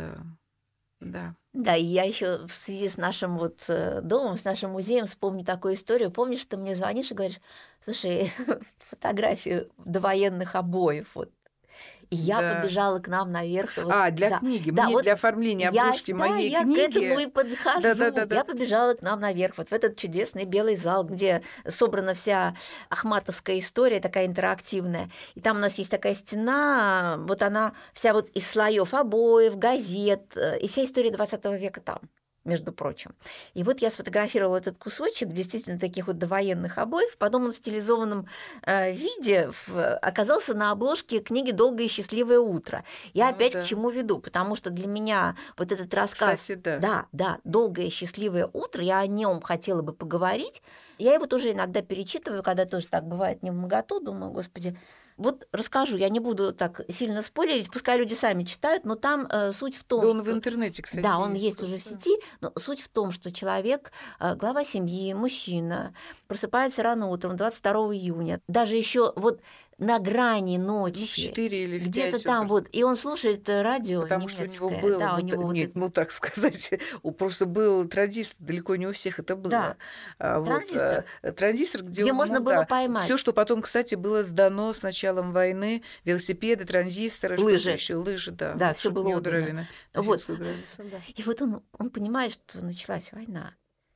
да. Да, и я еще в связи с нашим домом, с нашим музеем вспомню такую историю. Помнишь, ты мне звонишь и говоришь: слушай, фотографию довоенных обоев, и я побежала к нам наверх. Для книги. Мне для оформления обложки моей книги. Я к этому и подхожу. Я побежала к нам наверх, в этот чудесный белый зал, где собрана вся ахматовская история, такая интерактивная. И там у нас есть такая стена, она вся из слоев обоев, газет, и вся история 20 века там, между прочим. И я сфотографировала этот кусочек действительно таких довоенных обоев, потом он в стилизованном виде оказался на обложке книги «Долгое и счастливое утро». Я опять к чему веду, потому что для меня этот рассказ, кстати, да, «Долгое и счастливое утро», я о нем хотела бы поговорить. Я его тоже иногда перечитываю, когда тоже так бывает невмоготу, думаю, господи, расскажу, я не буду так сильно спойлерить, пускай люди сами читают, но там суть в том, что... он в интернете, кстати. Да, он есть уже в сети, но суть в том, что человек, глава семьи, мужчина, просыпается рано утром, 22 июня, даже еще на грани Ну, в ночи. 4 или в 5. Где-то там вот. И он слушает радио Потому что у немецкое. него было, Да, у вот, него вот нет, это- ну так сказать, просто был транзистор, далеко не у всех это было. Да. Транзистор. Транзистор, Где он можно мог, было да, поймать. все, что потом, кстати, было сдано с началом войны, велосипеды, транзисторы, Лыжи. еще лыжи, да. Да, всё чтоб было не отдано. удрали на Вот. финскую границу, да. И вот он понимает, что началась война.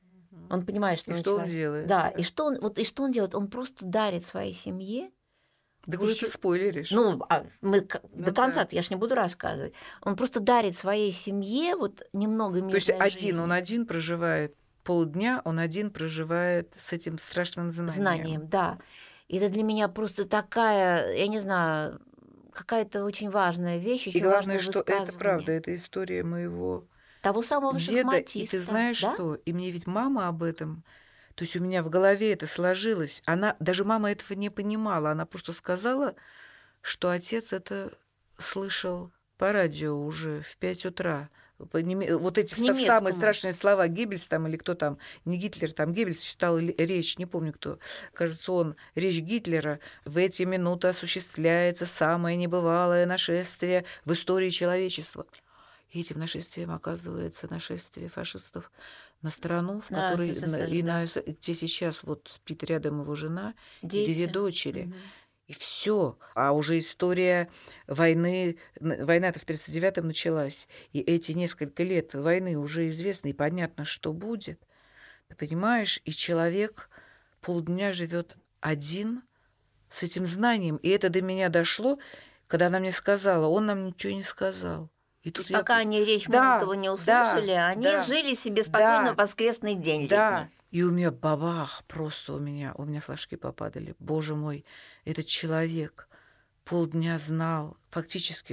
Он понимает, что И что он началась. делает? Да, и что он делает? Он просто дарит своей семье. Да Да уже ещё- ты спойлеришь. Ну, мы Ну до конца да. я ж не буду рассказывать. Он просто дарит своей семье вот немного мирной То есть жизни. он один проживает, полдня он один проживает с этим страшным знанием. Да. И это для меня просто такая, я не знаю, какая-то очень важная вещь, И очень главное, важное что это высказывание. правда, это история моего Того самого деда. шахматиста. И ты знаешь да? что? И мне ведь мама об этом, то есть у меня в голове это сложилось. Даже мама этого не понимала. Она просто сказала, что отец это слышал по радио уже в 5 утра. Вот эти По-немецкому. самые страшные слова Геббельс там или кто там, не Гитлер, там Геббельс читал речь, не помню кто, кажется, речь Гитлера. В эти минуты осуществляется самое небывалое нашествие в истории человечества. И этим нашествием оказывается нашествие фашистов на страну, в На которой СССР, где сейчас вот спит рядом его жена и Дети. 2 дочери. Мгм. И все. А уже история войны, война-то в 1939-м началась, и эти несколько лет войны уже известны, и понятно, что будет. Ты понимаешь, и человек полдня живет один с этим знанием. И это до меня дошло, когда она мне сказала, он нам ничего не сказал. И То тут есть пока они речь Да, Молотова не да, услышали, они да, жили себе спокойно да, в воскресный день да. летний. И у меня бабах, просто у меня флажки попадали. Боже мой, этот человек полдня знал, фактически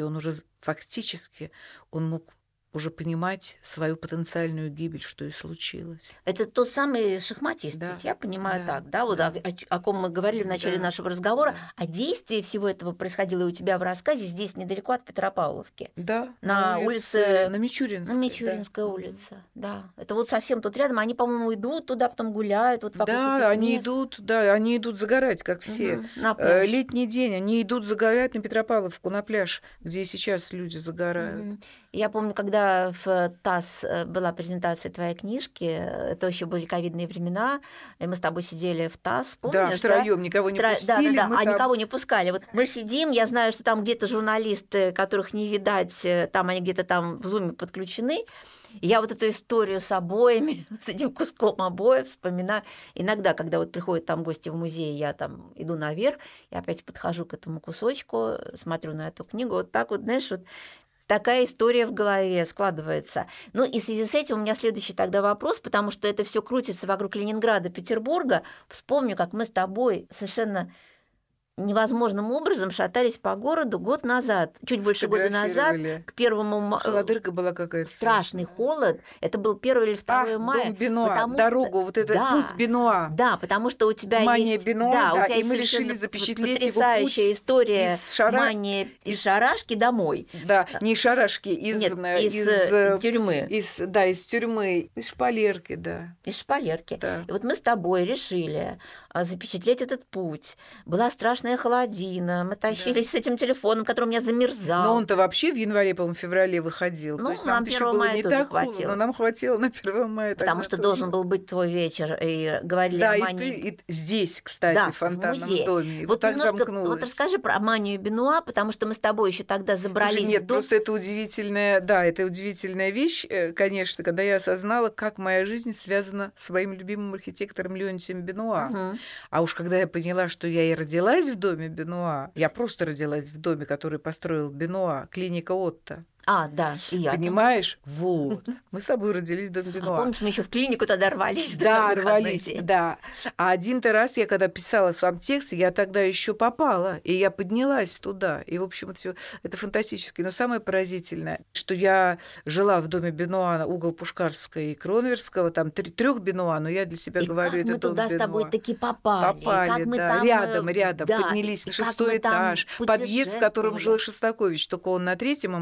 он мог уже понимать свою потенциальную гибель, что и случилось. Это тот самый шахматист, Да, ведь я понимаю да, так, да, вот да. о ком мы говорили в начале Да, нашего разговора, да. а действие всего этого происходило и у тебя в рассказе здесь недалеко от Петропавловки. Да, На улице- на Мичуринской. На Мичуринская улица, да. Это вот совсем тут рядом. Они, по-моему, идут туда, потом гуляют вот вокруг Да, этих они мест. они идут загорать, как все. Мгм, на пляж. Летний день, они идут загорать на Петропавловку, на пляж, где и сейчас люди загорают. Мгм. Я помню, когда в ТАСС была презентация твоей книжки, это еще были ковидные времена, и мы с тобой сидели в ТАСС, помнишь, Да, втроем никого не пустили. Да, мы а там- никого не пускали. Вот мы сидим, я знаю, что там где-то журналисты, которых не видать, там они где-то там в зуме подключены. И я вот эту историю с обоями, с этим куском обоев вспоминаю. Иногда, когда вот приходят там гости в музей, я там иду наверх, я опять подхожу к этому кусочку, смотрю на эту книгу, вот так вот, знаешь, вот такая история в голове складывается. Ну и в связи с этим у меня следующий тогда вопрос, потому что это все крутится вокруг Ленинграда, Петербурга. Вспомню, как мы с тобой совершенно невозможным образом шатались по городу год назад, чуть больше года назад, Фотографировали. к 1 Холодырка была какая-то. страшный холод. Это был 1 или 2 мая. Дом Бенуа, потому дорогу, что- вот этот да, путь Бенуа. Да, потому что у тебя Мания есть... Бенуа, да, да, у тебя и есть мы решили совершенно запечатлеть его потрясающая путь история из мания из Шарашки домой. Да, не из Шарашки, из Тюрьмы. из тюрьмы, из шпалерки, да. Из Шпалерки. Да. И вот мы с тобой решили запечатлеть этот путь. Была страшная холодина, мы тащились с этим телефоном, который у меня замерзал. Но он-то вообще в январе, по-моему, феврале выходил. Ну, То есть нам нам еще 1 было мая не тоже так хватило. холодно, но нам хватило на 1 мая. Потому что должен был быть твой вечер, и говорили Да, о и мании. ты и здесь, кстати, Да, в фонтанном в музее. доме. И Вот так немножко, замкнулось. вот расскажи про манию Бенуа, потому что мы с тобой еще тогда забрались. Слушай, нет, в дом. просто это удивительная вещь, конечно, когда я осознала, как моя жизнь связана с моим любимым архитектором Леонтием Бенуа. Мгм. А уж когда я поняла, что я и родилась в доме Бенуа, я просто родилась в доме, который построил Бенуа, клиника Отто. А, да, и я там. Понимаешь? Вот. Мы с тобой родились в доме А Бенуа. помнишь, мы еще в клинику тогда рвались? Да, на выходной рвались, день? да. А один-то раз я, когда писала сам текст, я тогда еще попала, и я поднялась туда. И, в общем, это фантастически. Но самое поразительное, что я жила в доме Бенуа, угол Пушкарского и Кронверского, там 3 Бенуа, но я для себя И говорю, как это мы дом туда с тобой Бенуа. таки попали. И как мы да, там, рядом, да, поднялись и на как 6-й мы там этаж, подъезд, в котором жил путешествовали. Шостакович, только он на 3-м, а мои бабушки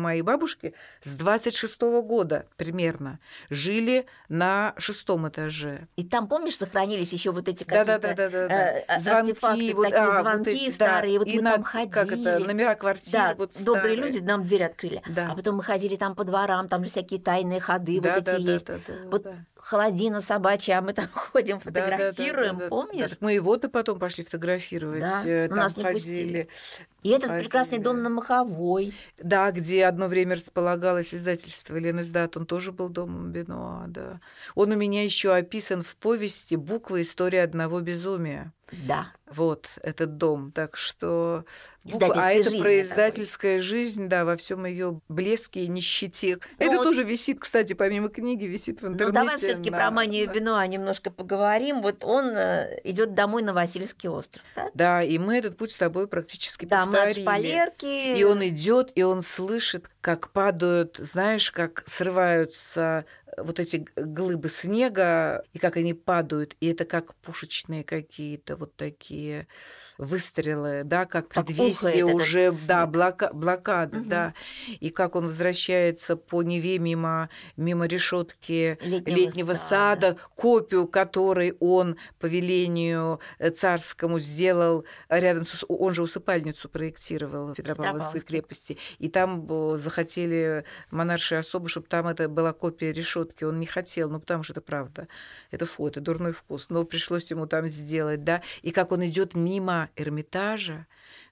бабушки с 26-го года примерно жили на 6-м этаже. И там, помнишь, сохранились еще вот эти какие-то звонки, артефакты, такие звонки старые, вот мы там ходили. Как это, номера квартир. Да, вот добрые старые. люди нам дверь открыли. Да. А потом мы ходили там по дворам, там же всякие тайные ходы вот эти есть. Вот холодина собачья, а мы там ходим, фотографируем, помнишь? Мы его-то потом пошли фотографировать, там нас не ходили. И этот прекрасный дом на Маховой. Да, где одно время располагалось издательство Лены Сдат, он тоже был домом Бенуа, да. Он у меня еще описан в повести «Буквы. История одного безумия». Да. Вот этот дом. Так что... А это про издательская жизнь, да, во всем ее блеске и нищете. Это тоже висит, кстати, помимо книги, висит в интернете. Ну, давай все-таки про Манию Бенуа немножко поговорим. Вот он идет домой на Васильевский остров. Да, и мы этот путь с тобой практически повторили. Да, шпалерки. И он идет, и он слышит, как падают, знаешь, как срываются вот эти глыбы снега, и как они падают, и это как пушечные какие-то вот такие выстрелы, да, как предвестие уже, да, блокады, да, и как он возвращается по Неве мимо решетки летнего сада, копию которой он по велению царскому сделал рядом с... Он же усыпальницу проектировал в Петропавловской крепости, и там захотели монарши особо, чтобы там это была копия решетки. Он не хотел, ну потому что это правда, это это дурной вкус, но пришлось ему там сделать, да, и как он идет мимо Эрмитажа,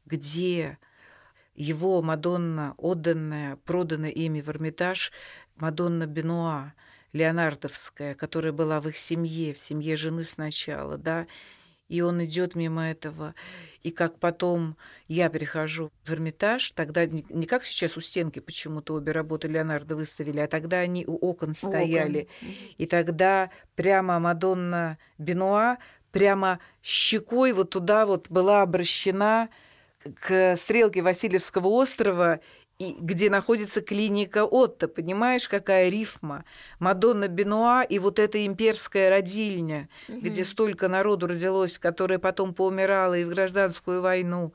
где его Мадонна, отданная, проданная ими в Эрмитаж, Мадонна Бенуа, леонардовская, которая была в их семье, в семье жены сначала, да, и он идет мимо этого, и как потом я перехожу в Эрмитаж, тогда не как сейчас у стенки почему-то обе работы Леонардо выставили, а тогда они у окон стояли, и тогда прямо Мадонна Бенуа прямо щекой вот туда вот была обращена к стрелке Васильевского острова, и где находится клиника Отто, понимаешь, какая рифма? Мадонна Бенуа и вот эта имперская родильня, где столько народу родилось, которое потом поумирало и в гражданскую войну,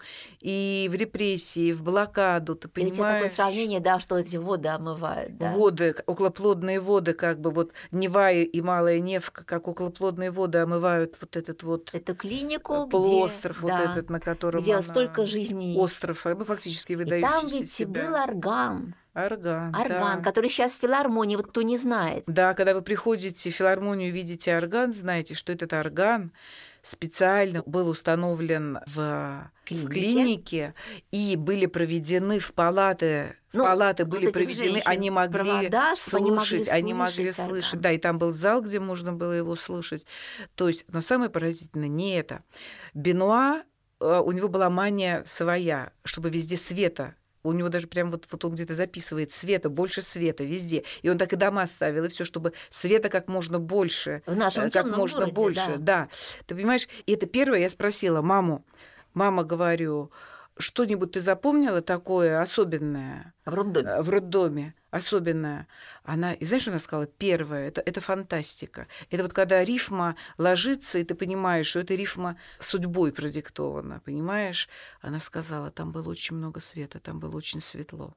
и в репрессии, и в блокаду, ты понимаешь? И у тебя такое сравнение, да, что эти воды омывают, да? Воды, околоплодные воды, как бы вот Нева и Малая Невка, как околоплодные воды омывают вот этот вот... Эту клинику, полуостров, где, вот этот, на котором где она... столько жизней. Остров, ну, фактически выдающийся там ведь себя. был орган. Орган, да. Который сейчас в филармонии, вот кто не знает. Да, когда вы приходите в филармонию и видите орган, знаете, что этот орган специально был установлен в клинике, и были проведены в палаты. Палаты были проведены, они могли слушать, они могли слышать. Да, и там был зал, где можно было его слышать. То есть, но самое поразительное не это. Бенуа, у него была мания своя, чтобы везде света. У него даже прям вот он где-то записывает света, больше света везде. И он так и дома ставил, и все, чтобы света как можно больше. В нашем как можно городе, больше. Да. Ты понимаешь, и это первое, я спросила маму. Мама, говорю, что-нибудь ты запомнила такое особенное? В роддоме. В роддоме. Особенное. Она, и знаешь, что она сказала? Первое, это фантастика. Это вот когда рифма ложится, и ты понимаешь, что эта рифма судьбой продиктована, понимаешь? Она сказала, там было очень много света, там было очень светло.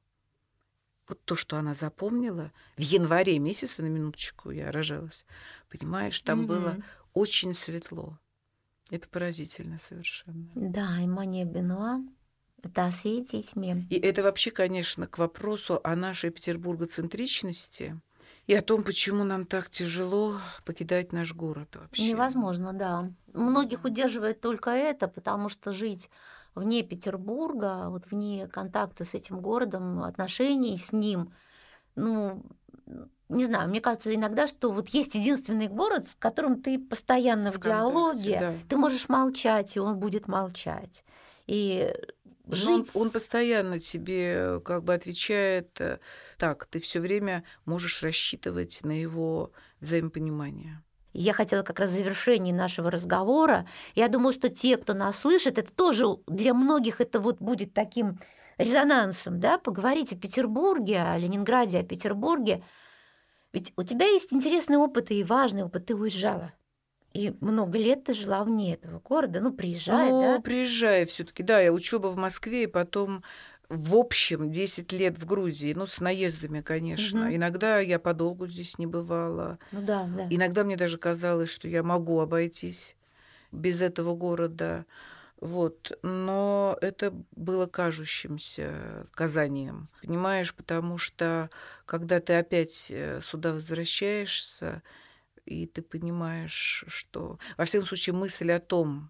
Вот то, что она запомнила, в январе месяце, на минуточку, я рожалась, понимаешь, там было очень светло. Это поразительно совершенно. Да, и Мания Бенуа. Это освети тьме. И это вообще, конечно, к вопросу о нашей петербургоцентричности и о том, почему нам так тяжело покидать наш город вообще. Невозможно, да. Многих удерживает только это, потому что жить вне Петербурга, вот вне контакта с этим городом, отношений с ним, ну, не знаю, мне кажется иногда, что вот есть единственный город, в котором ты постоянно в диалоге, да. Ты можешь молчать, и он будет молчать. И он постоянно тебе как бы отвечает так, ты все время можешь рассчитывать на его взаимопонимание. Я хотела как раз в завершении нашего разговора, я думаю, что те, кто нас слышит, это тоже для многих это вот будет таким резонансом, да, поговорить о Петербурге, о Ленинграде, о Петербурге. Ведь у тебя есть интересный опыт и важный опыт, ты уезжала. И много лет ты жила вне этого города, приезжай, да? Приезжай все-таки, да, я учеба в Москве, и потом в общем, 10 лет в Грузии, ну, с наездами, конечно. Иногда я подолгу здесь не бывала. Ну да, да. Иногда мне даже казалось, что я могу обойтись без этого города. Вот. Но это было кажущимся казанием. Понимаешь, потому что когда ты опять сюда возвращаешься, и ты понимаешь, что... Во всяком случае, мысль о том,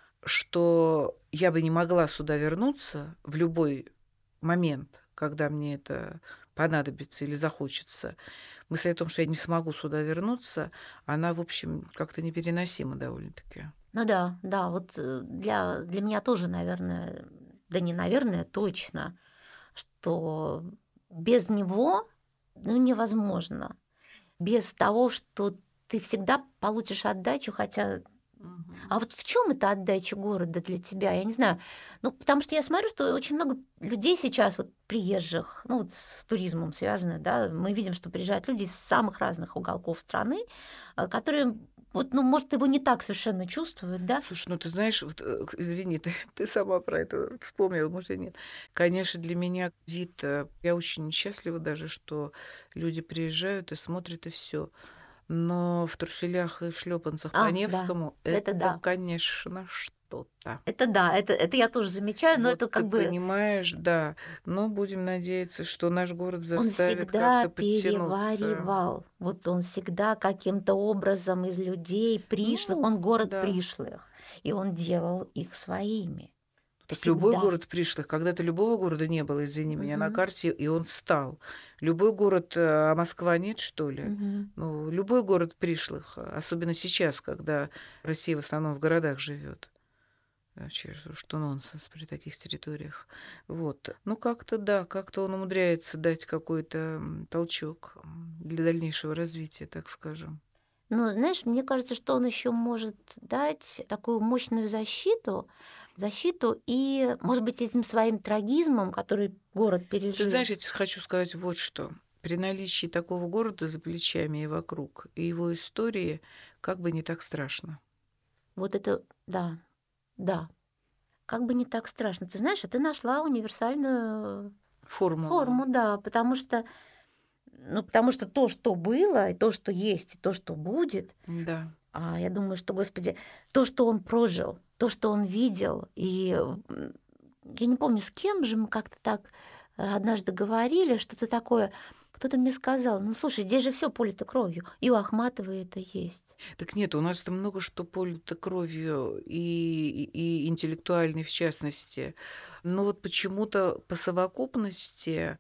что я бы не могла сюда вернуться в любой момент, когда мне это понадобится или захочется, мысль о том, что я не смогу сюда вернуться, она, в общем, как-то непереносима довольно-таки. Ну да, да, вот для меня тоже, наверное, да не наверное, точно, что без него невозможно. Без того, что ты всегда получишь отдачу, хотя... А вот в чем эта отдача города для тебя? Я не знаю. Ну, потому что я смотрю, что очень много людей сейчас, вот приезжих, ну, вот с туризмом связаны, да, мы видим, что приезжают люди из самых разных уголков страны, которые вот, ну, может, его не так совершенно чувствуют, да? Слушай, ну ты знаешь, вот, извини, ты сама про это вспомнила, может, и нет. Конечно, для меня вид, я очень счастлива даже, что люди приезжают и смотрят, и все. Но в труселях и в шлепанцах по Невскому да. Это да. конечно, что-то. Это да, это я тоже замечаю, но Вот это как ты бы... понимаешь, да. Но будем надеяться, что наш город заставит Он всегда как-то подтянуться. переваривал. Вот он всегда каким-то образом из людей пришлых, он город да. пришлых, и он делал их своими. Так Всегда. любой город пришлых. Когда-то любого города не было, извини меня, на карте, и он стал. Любой город, а Москва нет, что ли? Ну, любой город пришлых, особенно сейчас, когда Россия в основном в городах живет. Вообще, что нонсенс при таких территориях. Вот. Ну, как-то да, как-то он умудряется дать какой-то толчок для дальнейшего развития, так скажем. Ну, знаешь, мне кажется, что он еще может дать такую мощную защиту и, может быть, этим своим трагизмом, который город пережил. Ты знаешь, я тебе хочу сказать вот что. При наличии такого города за плечами и вокруг, и его истории, как бы не так страшно. Вот это, да. Как бы не так страшно. Ты знаешь, ты нашла универсальную форму, да, потому что то, что было, и то, что есть, и то, что будет, да. Я думаю, что, Господи, то, что он прожил, то, что он видел, и я не помню, с кем же мы как-то так однажды говорили, что-то такое. Кто-то мне сказал, ну, слушай, здесь же все полито кровью, и у Ахматовой это есть. Так нет, у нас там много что полито кровью, и интеллектуальной в частности. Но вот почему-то по совокупности,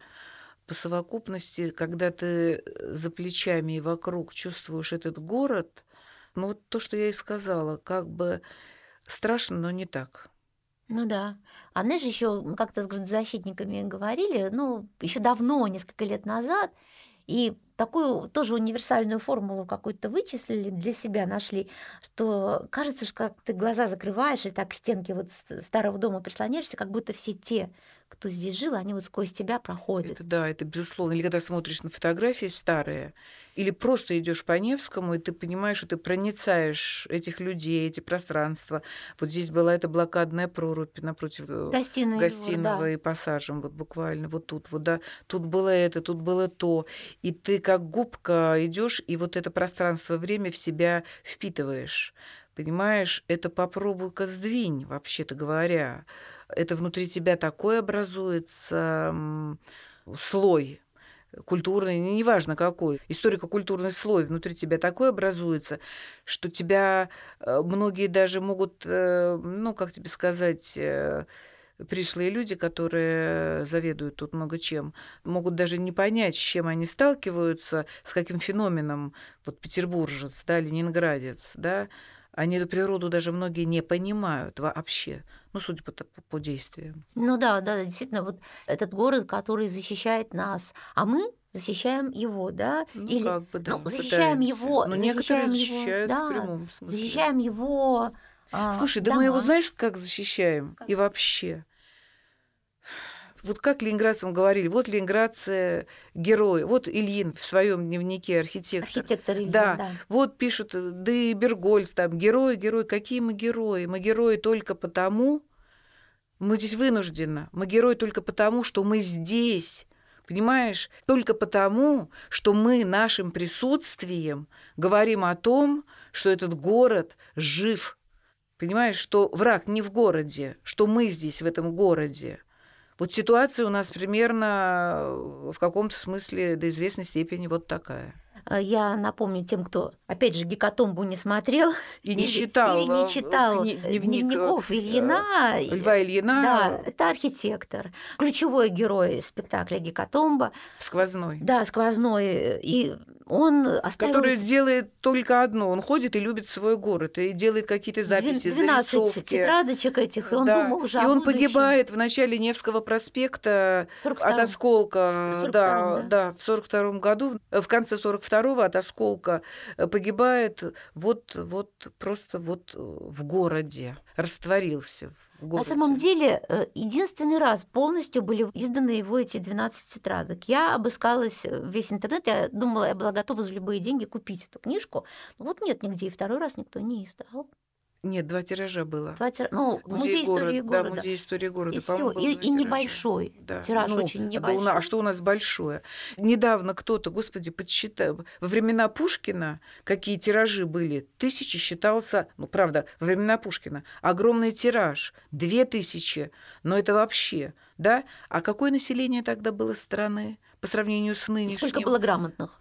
когда ты за плечами и вокруг чувствуешь этот город, ну вот то, что я и сказала, как бы страшно, но не так. Ну да. А знаешь, еще мы как-то с градозащитниками говорили, ну, еще давно, несколько лет назад, и такую тоже универсальную формулу какую-то вычислили, для себя нашли, что кажется, что как ты глаза закрываешь, и так к стенке вот старого дома прислоняешься, как будто все те, кто здесь жил, они вот сквозь тебя проходят. Это да, это безусловно. Или когда смотришь на фотографии старые, или просто идешь по Невскому, и ты понимаешь, что ты проницаешь этих людей, эти пространства. Вот здесь была эта блокадная прорубь напротив гостиного и пассажем, вот буквально вот тут, вот да, тут было это, тут было то, и ты как губка идешь, и вот это пространство, время в себя впитываешь. Понимаешь, это попробуй-ка сдвинь, вообще-то говоря. Это внутри тебя такой образуется слой культурный, неважно какой, историко-культурный слой внутри тебя такой образуется, что тебя многие даже могут, ну, как тебе сказать, пришлые люди, которые заведуют тут много чем, могут даже не понять, с чем они сталкиваются, с каким феноменом, вот петербуржец, да, ленинградец, да, они эту природу даже многие не понимают вообще, ну, судя по действиям. Ну да, действительно, вот этот город, который защищает нас, а мы защищаем его, да? Ну, или, как бы, да, защищаем его. Но некоторые защищают в прямом смысле. Защищаем его. Слушай, да мы его, знаешь, как защищаем? И вообще. Вот как ленинградцам говорили, вот ленинградцы герои, вот Ильин в своем дневнике архитектор Ильин, да. Вот пишут, да и Бергольц там, герои, какие мы герои? Мы герои только потому, Мы здесь вынуждены. Мы герои только потому, что мы здесь. Понимаешь? Только потому, что мы нашим присутствием говорим о том, что этот город жив. Понимаешь, что враг не в городе, что мы здесь, в этом городе. Вот ситуация у нас примерно в каком-то смысле до известной степени вот такая. Я напомню тем, кто, опять же, «Гекатомбу» не смотрел и не читал дневников Ильина. Льва Ильина. Да, это архитектор, ключевой герой спектакля «Гекатомба». Сквозной. Да, сквозной. И он оставил... Который делает только одно. Он ходит и любит свой город, и делает какие-то записи, 12 зарисовки. тетрадочек этих, и он думал уже о будущем. И он будущем. погибает в начале Невского проспекта от осколка. В 42-м году, в конце 42-го от осколка погибает просто в городе, растворился в городе. На самом деле, единственный раз полностью были изданы его эти 12 тетрадок. Я обыскалась весь интернет, я думала, я была готова за любые деньги купить эту книжку. Но вот нет нигде, и второй раз никто не издал. Нет, 2 тиража было. Музей истории города. Да, музей истории города. И всё. И небольшой. Да. Тираж очень небольшой. А что у нас большое? Недавно кто-то, господи, подсчитал. Во времена Пушкина какие тиражи были? 1000 считался, правда, во времена Пушкина огромный тираж. 2000. Но это вообще, да? А какое население тогда было страны по сравнению с нынешним? И сколько было грамотных?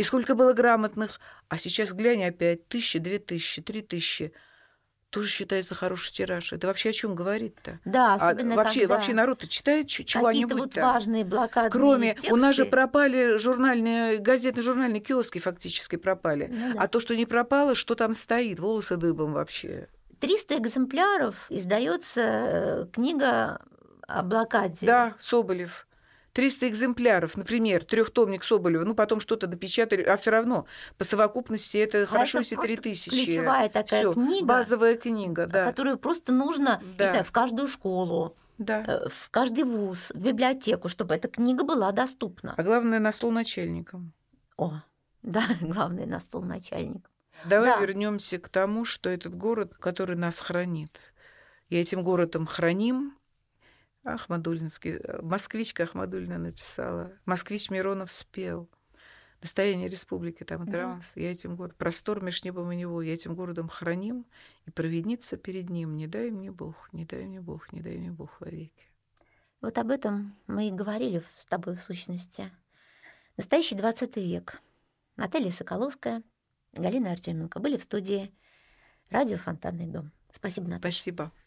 А сейчас глянь опять. 1000, 2000, 3000. Тоже считается хороший тираж. Это вообще о чем говорит-то? Да, особенно вообще народ-то читает чего-нибудь. Какие-то важные блокадные Кроме, тексты. У нас же пропали газетно-журнальные киоски фактически пропали. Да. А то, что не пропало, что там стоит? Волосы дыбом вообще. 300 экземпляров издается книга о блокаде. Да, Соболев. 300 экземпляров, например, 3-томник Соболева, потом что-то допечатали, а все равно по совокупности это хорошо, если 3000. Ключевая такая книга, базовая книга, да. Которую просто нужно, не знаю, в каждую школу, в каждый вуз, в библиотеку, чтобы эта книга была доступна. А главное, на стол начальникам. Главное, на стол начальникам. Давай вернемся к тому, что этот город, который нас хранит. И этим городом храним. Москвичка Ахмадулина написала. Москвич Миронов спел. Достояние республики, там транс. Я этим городом, простор меж небом и него, я этим городом храним, и провидница перед ним. Не дай мне Бог, не дай мне Бог, не дай мне Бог вовеки. Вот об этом мы и говорили с тобой в сущности. Настоящий 20 век. Наталья Соколовская, Галина Артёменко были в студии радио «Фонтанный дом». Спасибо, Наташа. Спасибо.